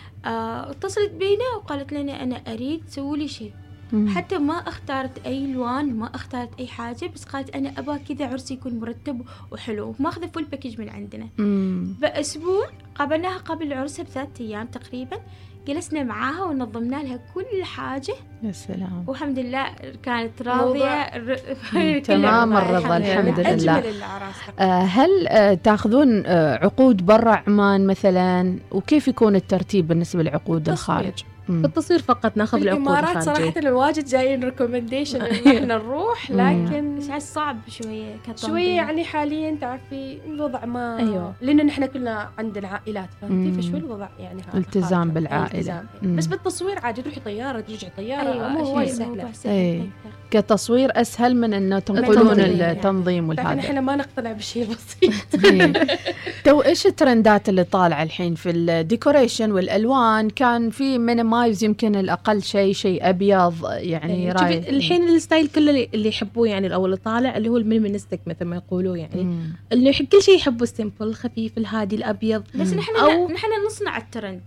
آه اتصلت بينا وقالت لنا أنا أريد تسوي لي شيء. مم. حتى ما اختارت أي لون، ما اختارت أي حاجة، بس قالت أنا أبغى كذا عرسي يكون مرتب وحلو، ماخذة فول باكج من عندنا. مم. بأسبوع قابلناها قبل عرسها بثلاث أيام تقريبا، جلسنا معاها ونظمنا لها كل حاجة، يا سلام. والحمد لله كانت راضية. كل تمام الرضا، الرضا الحمد أجمل لله. الأعراس. آه، هل آه، تاخذون آه، عقود برا عمان مثلا؟ وكيف يكون الترتيب بالنسبة لعقود التصوير. الخارج؟ في التصوير فقط ناخذ في العقود الإمارات الخارجية. صراحة الواجد جايين ريكومنديشن إن إحنا نروح، لكن بس عاد صعب شوية كتنظيم. شوية يعني حاليا تعرفي الوضع ما أيوة. لأن نحن كلنا عندنا عائلات فهمتي، مم. فشوي الوضع يعني هذا التزام خارج. بالعائلة. التزام. مم. بس بالتصوير عادي تروحي طيارة ترجعي طيارة، أيوة أمور شيء وايد سهلة. سهلة. سهل إيه. أكثر. كتصوير أسهل من أنه تنقلون التنظيم. التنظيم لكن والهذا. إحنا ما نقتنع بالشيء البسيط. إيه. تو إيش الترندات اللي طالعة الحين في الديكوريشن والألوان؟ كان في مينيمايز يمكن الأقل شيء شيء أبيض يعني إيه، راي. شوفي الحين الستايل كله اللي- اللي يحبوه يعني الأول طالع اللي هو المينيماليستيك مثل ما يقولوا يعني مم. اللي يحب كل شيء يحبه السيمبل الخفيف الهادي الأبيض. بس نحن أو- نحن نصنع الترند.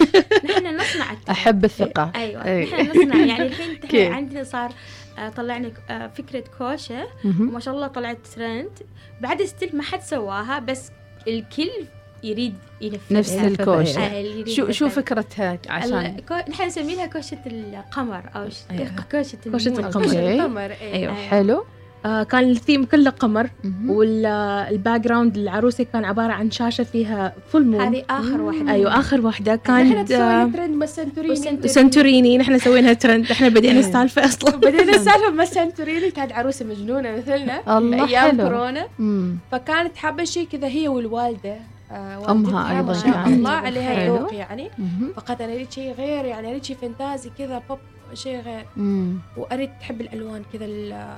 نحن نصنع الترند. أحب الثقة. ايوه إيه. نحن نصنع يعني الحين كيف؟ نحن عندنا صار آه، طلعنا آه، فكرة كوشة مهم. وما شاء الله طلعت ترند بعد ستيل ما حد سواها بس الكل يريد ينفذها. نفس الكوشة. آه، اللي يريد شو شو ينفذها. فكرتها عشان ال- كو- نحن نسميها كوشة القمر أو ش- أيوة. كوشة كوشة النور. القمر. أوكي. القمر إيه. أيوة. حلو. آه كان الثيم كله قمر مهم. والباك جراوند العروسة كان عبارة عن شاشة فيها فول مون. هذه آخر واحدة. أيوة آخر واحدة نحن كانت سوينا آه ترند مس سنتوريني. سنتوريني. نحن سوينا ترند. احنا بدينا السالفة أصلا. بدينا السالفة مس سنتوريني، كانت عروسة مجنونة مثلنا الله أيام حلو. كورونا، مم. فكانت حابة شيء كذا هي والوالدة. آه أمها والدتها أيضاً ما شاء كانت. الله عليها حلو. ذوق يعني. مهم. فقالت أنا أريد شيء غير، يعني أريد شيء فانتازي كذا بوب شيء غير، مم. وأريد تحب الألوان كذا ال-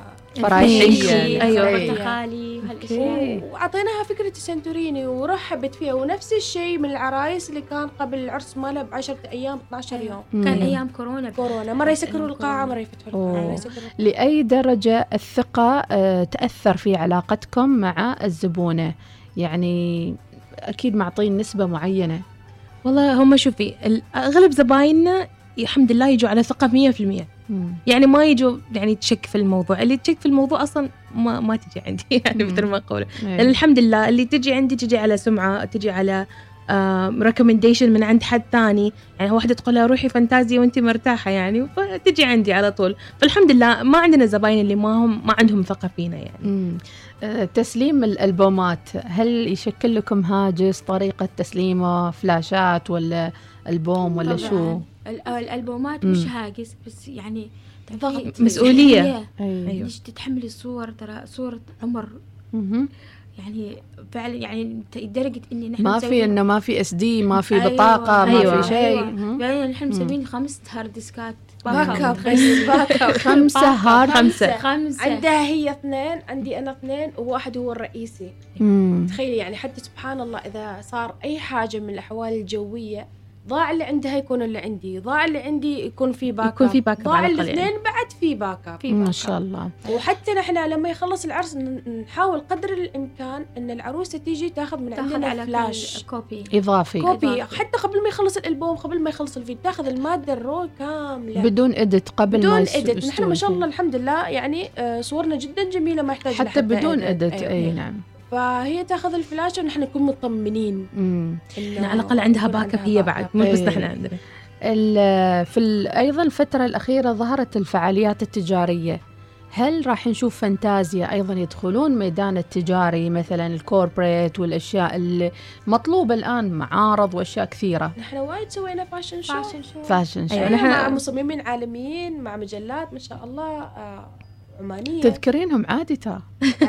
فرايحية. أيوة. برتقالي وهالأشياء. وأعطيناها فكرة سنتوريني ورحبت فيها، ونفس الشيء من العرايس اللي كان قبل العرس ماله بعشرة أيام اثنا عشر يوم كان مم. أيام كورونا. كورونا، مرة يسكروا القاعة مرة يفتحوا القاعة، أوه. مرة يسكروا القاعة. لأي درجة الثقة آه، تأثر في علاقتكم مع الزبونة؟ يعني أكيد معطين نسبة معينة. والله هم شوفي ال- أغلب زبايننا الحمد لله يجوا على ثقة مية في المية. مم. يعني ما يجوا يعني تشك في الموضوع. اللي تشك في الموضوع أصلا ما ما تجي عندي يعني مم. مثل ما أقول. إيه. لأن الحمد لله اللي تجي عندي تجي على سمعة، تجي على ريكومنديشن من عند حد ثاني. يعني واحدة تقول لها روحي فانتازيا وانت مرتاحة يعني، فتجي عندي على طول. فالحمد لله ما عندنا زباين اللي ما هم ما عندهم ثقة فينا يعني. مم. آه، تسليم الألبومات هل يشكل لكم هاجس؟ طريقة تسليمه فلاشات ولا ألبوم ولا طبعاً. شو؟ ال- الألبومات مم. مش هاجس بس يعني ضغط. مسؤولية. مسؤولية. أيوه. ليش تتحملي الصور؟ ترى صورة عمر مهم. يعني فعلا يعني لدرجة إني نحن ما نسوي- في إنه ما في اس دي، ما في أيوة، بطاقة، ما أيوة. في شيء. أيوة. مهم. يعني نحن مم. مسوين خمس هارد ديسكات باك اب باك بس باك اب. خمسة هارد. خمسة. خمسة عندها هي اثنين، عندي أنا اثنين، وواحد هو الرئيسي. مم. تخيلي يعني حتى سبحان الله إذا صار أي حاجة من الأحوال الجوية ضاع اللي عندها يكون اللي عندي، ضاع اللي عندي يكون في باك اب، يكون في باك اب ضاع على الأقل الاثنين يعني. بعد في باك اب. في ما باك شاء اب. الله. وحتى نحن لما يخلص العرس ن- نحاول قدر الإمكان أن العروسة تيجي تاخذ من تاخذ عندنا على فلاش كوبي. إضافي. كوبي، إضافي. حتى قبل ما يخلص الألبوم، قبل ما يخلص الفيديو تاخذ المادة الرو كاملة بدون إدت قبل ما بدون يس- إدت. نحن يستوي ما شاء فيه. الله الحمد لله يعني آه، صورنا جدا جميلة ما يحتاج حتى لحد بدون edit. إدت. أيوة. أي نعم. فهي تاخذ الفلاش ونحن نكون مطمنين مم. إنه على الأقل عندها يكون باك اب عندها هي باك بعد اب. مو بس إيه. نحن عندنا. ال- في ال- أيضا الفترة الأخيرة ظهرت الفعاليات التجارية. هل راح نشوف فانتازيا أيضا يدخلون ميدان التجاري مثلا الكوربريت والأشياء اللي مطلوبة الآن، معارض وأشياء كثيرة؟ نحن وايد سوينا فاشن شو فاشن شو. فاشن شو. أيوة، أيوة نحن- مع مصممين عالميين، مع مجلات ما شاء الله آه، عمانية. تذكرينهم عادي ترى.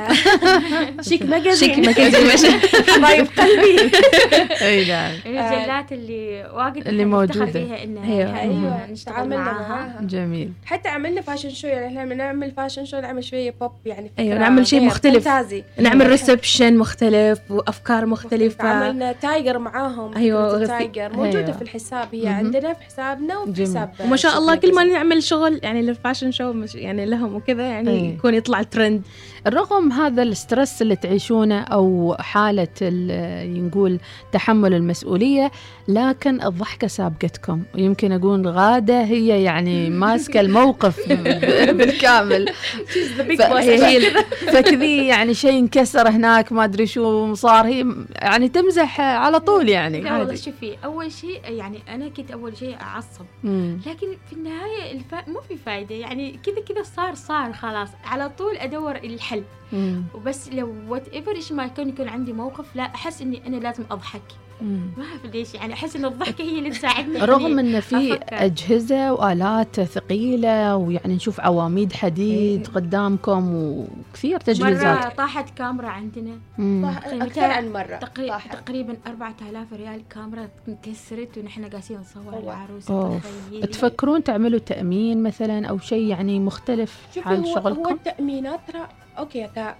شيك ماجازين. شيك ماجازين. حبايب قلبي. اي نعم. المجلات اللي واجد اللي نحن نفتخر موجودة. فيها إنها أيوة. يعني أيوة نشتغل تعاملنا معاها. معاها. جميل. حتى عملنا فاشن شو، يعني احنا لما نعمل فاشن شو نعمل شوية بوب يعني أيوة، فكرة نعمل شيء غير، مختلف. فانتازي. نعمل ريسبشن مختلف وأفكار مختلفة. عملنا تايجر معاهم. أيوة، فكرة غثي- التايجر موجودة أيوة. في الحساب، هي مهم. عندنا في حسابنا وفي جميل. حساب وما شاء شيك الله كل ما ماجازين. نعمل شغل يعني للفاشن شو مش يعني لهم وكذا يعني أي. يكون يطلع ترند. رغم هذا السترس اللي تعيشونه أو حالة ال- نقول تحمل المسؤولية، لكن الضحكة سابقتكم، ويمكن أقول غادة هي يعني ماسكة الموقف بالكامل. ف- هي- فكذي يعني شيء انكسر هناك ما أدري شو صار، هي يعني تمزح على طول يعني. لا والله عادي. شوفي أول شيء يعني أنا كنت أول شيء أعصب، مم. لكن في النهاية الف... مو في فايدة يعني كذا كذا صار صار خلاص على طول أدور الحل. مم. وبس لو وات ايفر ايش ما يكون يكون عندي موقف لا احس اني انا لازم اضحك ما أعرف ليش، يعني أحس إن الضحكة هي اللي تساعدني رغم إن في أفكر. أجهزة وآلات ثقيلة، ويعني نشوف عواميد حديد إيه. قدامكم وكثير تجهيزات. مرة طاحت كاميرا عندنا مم. أكثر عن مرة تقريبا طاحت. تقريبا أربعة آلاف ريال كاميرا انكسرت ونحن قاعدين نصور أوه. العروسة. أوف. تخيلي. تفكرون تعملوا تأمين مثلا أو شيء يعني مختلف شوفي عن هو, هو شغلكم؟ التأمينات ترى أوكي ك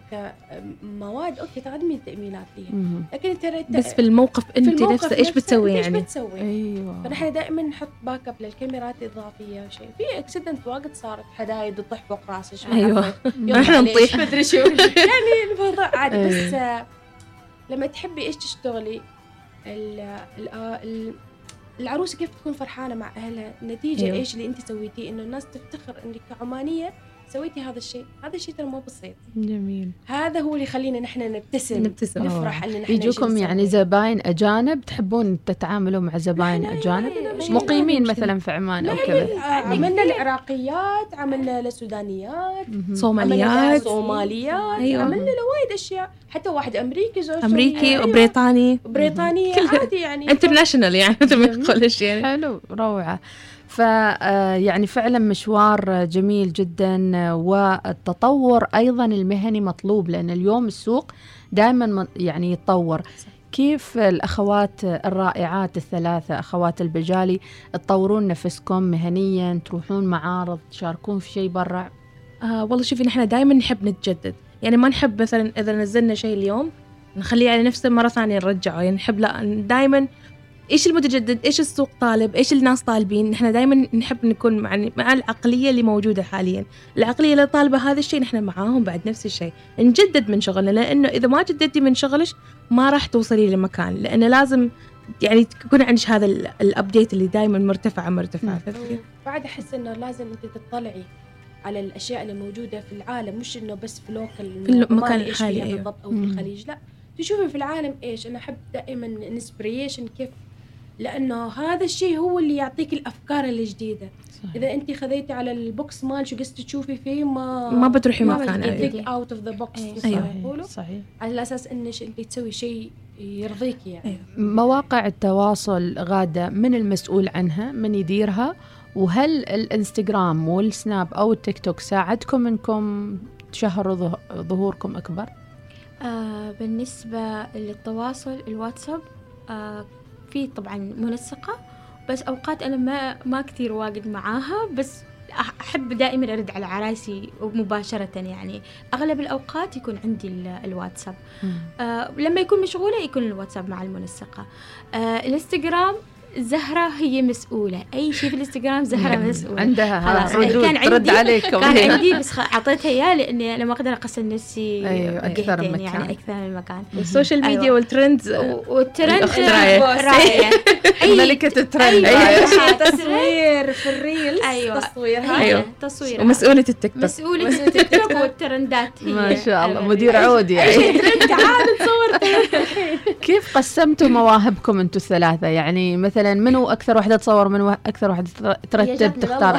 كمواد أوكي تقدمي التأمينات ليها، مم. لكن ترى الت- بس في الموقف في انت الموقف نفسه ايش نفسه بتسوي أنت يعني؟ ايش بتسوي؟ ايوه. فنحن دائما نحط باك اب للكاميرات اضافيه وشيء. في اكسيدنت واجد صارت، حدايد تطيح فوق راسك. ما أيوة. عارفة يلا إحنا معليش، نطيح. مدري شو يعني الموضوع عادي. بس أيوة. آه، لما تحبي ايش تشتغلي ال ال ال العروسه كيف تكون فرحانه مع اهلها، النتيجه أيوة. ايش اللي انت سويتيه، انه الناس تفتخر انك كعمانيه سويتي هذا الشيء. هذا الشيء ترى مو بسيط، جميل. هذا هو اللي يخلينا نحن نبتسم نبتسم. نفرح ان نحن يجوكم يعني زباين أجانب، تحبون تتعاملوا مع زباين لا، لا، أجانب لا، لا، لا، مقيمين لا، لا، مثلا في عمان أو لا، كذا؟ لا، عملنا العراقيات، عملنا السودانيات، مهم. صوماليات. صوماليات، أيوة. عملنا لوايد اشياء، حتى واحد امريكي زوجته امريكي أيوة. وبريطاني بريطانيه كلها. عادي يعني. انترناشونال يعني مثل ما يقول شيء يعني. حلو، روعة. ف يعني فعلا مشوار جميل جدا، والتطور أيضا المهني مطلوب، لأن اليوم السوق دائما يعني يتطور. كيف الأخوات الرائعات الثلاثة أخوات البجالي تطورون نفسكم مهنيا، تروحون معارض، تشاركون في شيء برا؟ آه والله شوفي نحن دائما نحب نتجدد، يعني ما نحب مثلا إذا نزلنا شيء اليوم نخليه على نفسه مرة ثانية نرجعه، يعني نحب لا دائما إيش المتجدد، إيش السوق طالب، إيش الناس طالبين. نحن دائما نحب نكون مع مع العقلية اللي موجودة حاليا، العقلية اللي طالبة هذا الشيء نحن معاهم بعد نفس الشيء، نجدد من شغلنا، لأنه إذا ما جددتي من شغلك ما راح توصلي لمكان، لأنه لازم يعني تكون عندك هذا الأبديت اللي دائما مرتفعة مرتفعة. بعد أحس إنه لازم أنت تطلعي على الأشياء اللي موجودة في العالم، مش إنه بس في لوكال في المكان الحالي أيوة. أيوة. بالضبط، أو في الخليج، لا تشوفي في العالم إيش. أنا أحب دائما انسبريشن كيف، لأنه هذا الشيء هو اللي يعطيك الأفكار الجديدة. صحيح. إذا أنت خذيتي على البوكس مال شو قست تشوفي فيه ما ما بتروحي مكان. أيوة. out of the box. أيوة. صحيح. على أساس إنش أنت تسوي شيء يرضيكي يعني. أيوة. مواقع التواصل غادة من المسؤول عنها، من يديرها؟ وهل الانستغرام والسناب أو التيك توك ساعدكم إنكم تشهروا ظهوركم أكبر؟ آه بالنسبة للتواصل الواتساب آه في طبعا منسقة، بس أوقات أنا ما ما كثير واجد معاها، بس أحب دائما أرد على عرايسي مباشرة، يعني أغلب الأوقات يكون عندي الواتساب. آه لما يكون مشغولة يكون الواتساب مع المنسقة. آه الانستغرام زهرة هي مسؤولة، أي شيء في الانستغرام زهرة مسؤولة، عندها ردود كان ترد عليكم. كان عندي بس أعطيتها إياه لأني أنا ما أقدر أقسم نفسي. أيوة أكثر من مكان، يعني أكثر من مكان. والسوشيال ميديا أيوة. والترندز والترند راية ملكة الترند. أيوة. تصوير في الريلز. أيوة. تصوير أيوة. تصوير ومسؤولة التيك توك. مسؤولة التيك توك والترندات هي. ما شاء الله مدير عود يعني. تعال نصور. كيف قسمتوا مواهبكم أنتوا الثلاثة؟ يعني مثلا منو أكثر واحدة تصور، منو أكثر واحدة ترتب تختار؟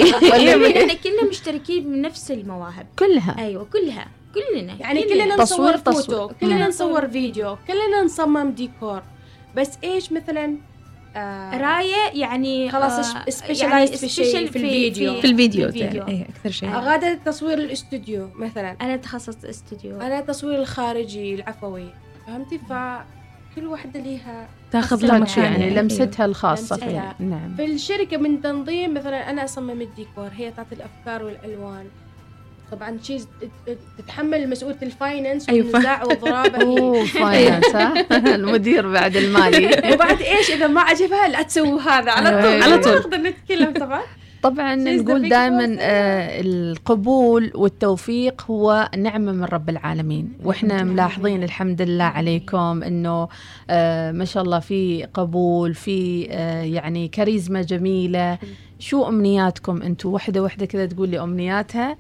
ولا كلنا مشتركين بنفس المواهب كلها؟ أيوة كلها كلنا يعني كلنا نصور فوتو، كلنا نصور فيديو، كلنا نصمم ديكور. بس إيش مثلا آه راية يعني خلاص آه سبيشالايزد في شيء في الفيديو في الفيديو يعني أكثر شيء. غادة تصوير الاستوديو مثلا، أنا تخصصت استوديو، أنا تصوير الخارجي العفوي، فهمتي؟ فكل واحدة ليها تاخذ لها مكان يعني لمستها الخاصة فيها. نعم. في الشركة من تنظيم مثلا أنا أصمم الديكور، هي تعطي الأفكار والألوان. طبعا شيء تتحمل مسؤولية الفاينانس والنزاع والضرابة. اوه فاينانس ها المدير بعد المالي. وبعد ايش اذا ما عجبها لا تسوي هذا على طول على طول نقدر نتكلم. طبعا طبعا نقول دائما آه القبول والتوفيق هو نعمة من رب العالمين، واحنا ملاحظين الحمد لله عليكم انه آه ما شاء الله في قبول، في آه يعني كاريزما جميلة. شو امنياتكم انتم؟ وحدة وحدة كذا تقول لي امنياتها،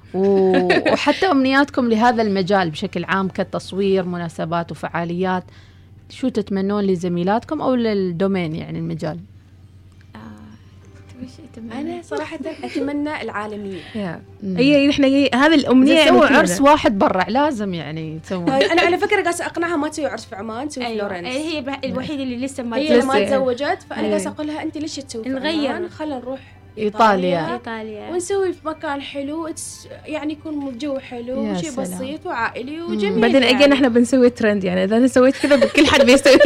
وحتى أمنياتكم لهذا المجال بشكل عام كتصوير مناسبات وفعاليات. شو تتمنون لزميلاتكم أو للدومين يعني المجال؟ آه، أنا صراحة أتمنى العالمية. هي إحنا هذه الأمنية يسوي عرس واحد برا لازم يعني تسوي. أنا على فكرة قاعدة أقنعها ما تسوي عرس في عمان، تسوي أيوة. فلورنس. هي الوحيدة اللي لسه ما هي ما تزوجت، فأنا قاعدة أقول لها أنت ليش تسوي نغير، خلينا نروح إيطاليا إيطاليا ونسوي في مكان حلو، يعني يكون الجو حلو وشيء بسيط وعائلي وجميل. بعدين يعني. أجينا إحنا بنسوي ترند، يعني إذا أنا سويت كذا كل حد بيسوي.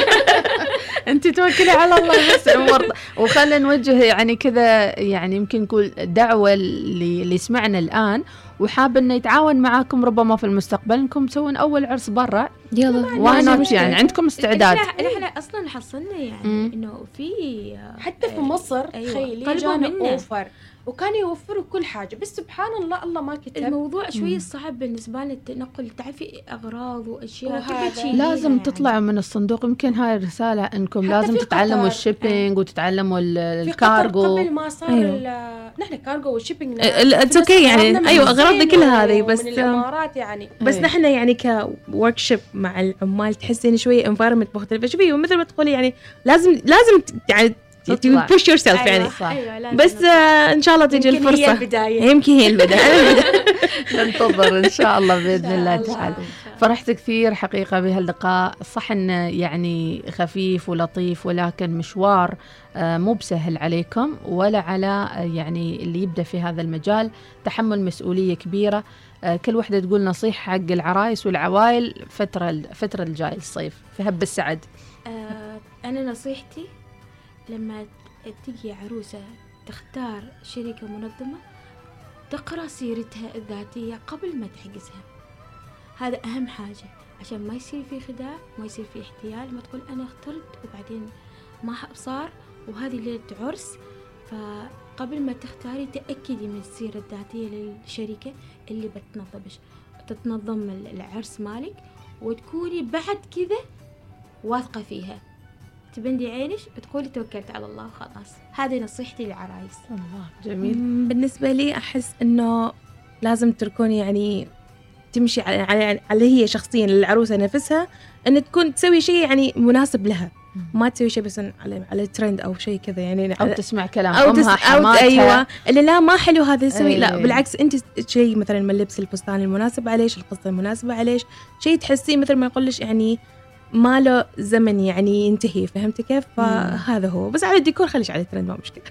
أنت توكلي على الله بس عمر. وخلنا نوجه يعني كذا، يعني يمكن نقول دعوة اللي اللي سمعنا الآن وحاب إنه يتعاون معاكم ربما في المستقبل إنكم تسوون أول عرس برا. يلا وانا يعني عندكم استعداد. نحن اصلا حصلنا يعني انه في حتى في مصر تخيلي أيوة. جانا اوفر وكانوا يوفروا كل حاجه، بس سبحان الله الله ما كتب. الموضوع شوي صعب بالنسبه لنا التنقل، تعرفي اغراض واشياء لازم يعني. تطلعوا من الصندوق. يمكن هاي الرساله انكم لازم تتعلموا الشيبينج أه. وتتعلموا الكارغو. قبل ما صار أيوة. نحن كارغو والشيبينج اتس اوكي يعني ايوه اغراضنا كلها هذه، بس من الامارات يعني بس أيه. نحن يعني كورك شيب مع العمال تحسين شويه انفايرمنت مختلفه. شوفي مثل ما تقولي يعني لازم لازم يعني to push yourself. أيوة يعني أيوة بس آه إن شاء الله تيجي الفرصة. هي البداية. يمكن هي البداية. ننتظر إن شاء الله بإذن الله تعالى. فرحت كثير حقيقة بهاللقاء. صح إنه يعني خفيف ولطيف، ولكن مشوار آه مو بسهل عليكم ولا على آه يعني اللي يبدأ في هذا المجال. تحمل مسؤولية كبيرة. آه كل وحدة تقول نصيحة حق العرايس والعوائل فترة فترة الجاي الصيف في هب السعد. آه أنا نصيحتي لما تجي عروسة تختار شركة منظمة تقرأ سيرتها الذاتية قبل ما تحجزها. هذا أهم حاجة عشان ما يصير في خداع، ما يصير في احتيال، ما تقول أنا اخترت وبعدين ما صار وهذه ليلة عرس. فقبل ما تختاري تأكدي من السيرة الذاتية للشركة اللي بتنظمش تتنظم العرس مالك، وتكوني بعد كذا واثقة فيها، تبندي عينش وتقولي توكلت على الله وخلاص. هذه نصيحتي للعرايس. الله جميل. بالنسبة لي أحس إنه لازم تركوني يعني تمشي على على على هي شخصيا للعروسة نفسها، إن تكون تسوي شيء يعني مناسب لها، ما تسوي شيء بس على على ترند أو شيء كذا يعني، أو تسمع كلام أو أمها تس... أو أيوة اللي لا ما حلو هذا يسوي. أي. لا بالعكس أنت شيء مثلا من اللبس الفستان المناسب عليش، القصة المناسبة عليش، شيء تحسيه مثل ما يقولش يعني ما له زمن يعني ينتهي. فهمت كيف؟ فهذا هو. بس على الديكور خليش على الترند ما مشكلة.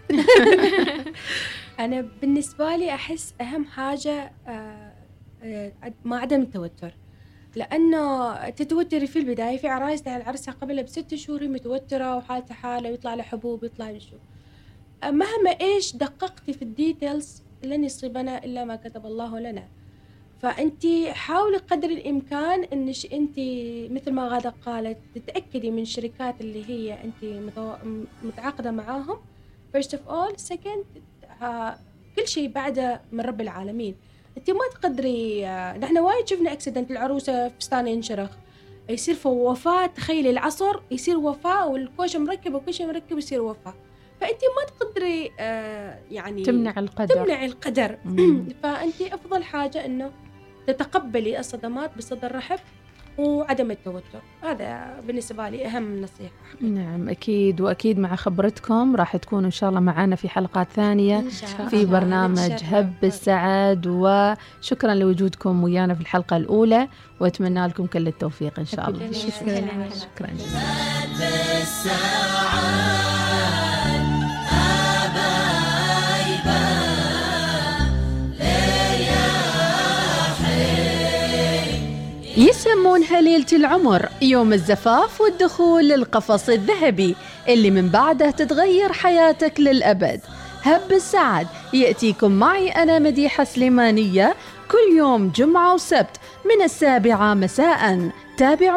أنا بالنسبة لي أحس أهم حاجة ما عدم التوتر، لأنه تتوتري في البداية. في عرايس على العرسة قبلها بست شهور متوترة وحالتها حالة ويطلع له حبوب يطلع له شو. مهما إيش دققتي في الديتيلز لن يصيبنا إلا ما كتب الله لنا. فأنتي حاولي قدر الإمكان إنش أنتي مثل ما غادة قالت تتأكدي من الشركات اللي هي أنتي متعاقدة معاهم first of all. second آه كل شيء بعده من رب العالمين. أنتي ما تقدري آه نحن وايد شفنا أكسيدنت العروسة فستان ينشرخ، يصير في وفاة. تخيلي العصر يصير وفاة والكوش مركب وكل شيء مركب يصير وفاة. فأنتي ما تقدري آه يعني تمنع القدر تمنع القدر. فأنتي أفضل حاجة إنه تتقبلي الصدمات بصدر رحب وعدم التوتر. هذا بالنسبة لي أهم نصيحة. نعم أكيد، وأكيد مع خبرتكم راح تكونوا إن شاء الله معنا في حلقات ثانية في برنامج هب السعد. وشكرا لوجودكم ويانا في الحلقة الأولى، وأتمنى لكم كل التوفيق إن شاء الله. شكرا. شكرا. يسمونها ليلة العمر، يوم الزفاف والدخول للقفص الذهبي اللي من بعده تتغير حياتك للأبد. هب السعد يأتيكم معي أنا مديحة سليمانية كل يوم جمعة وسبت من السابعة مساء. تابعوا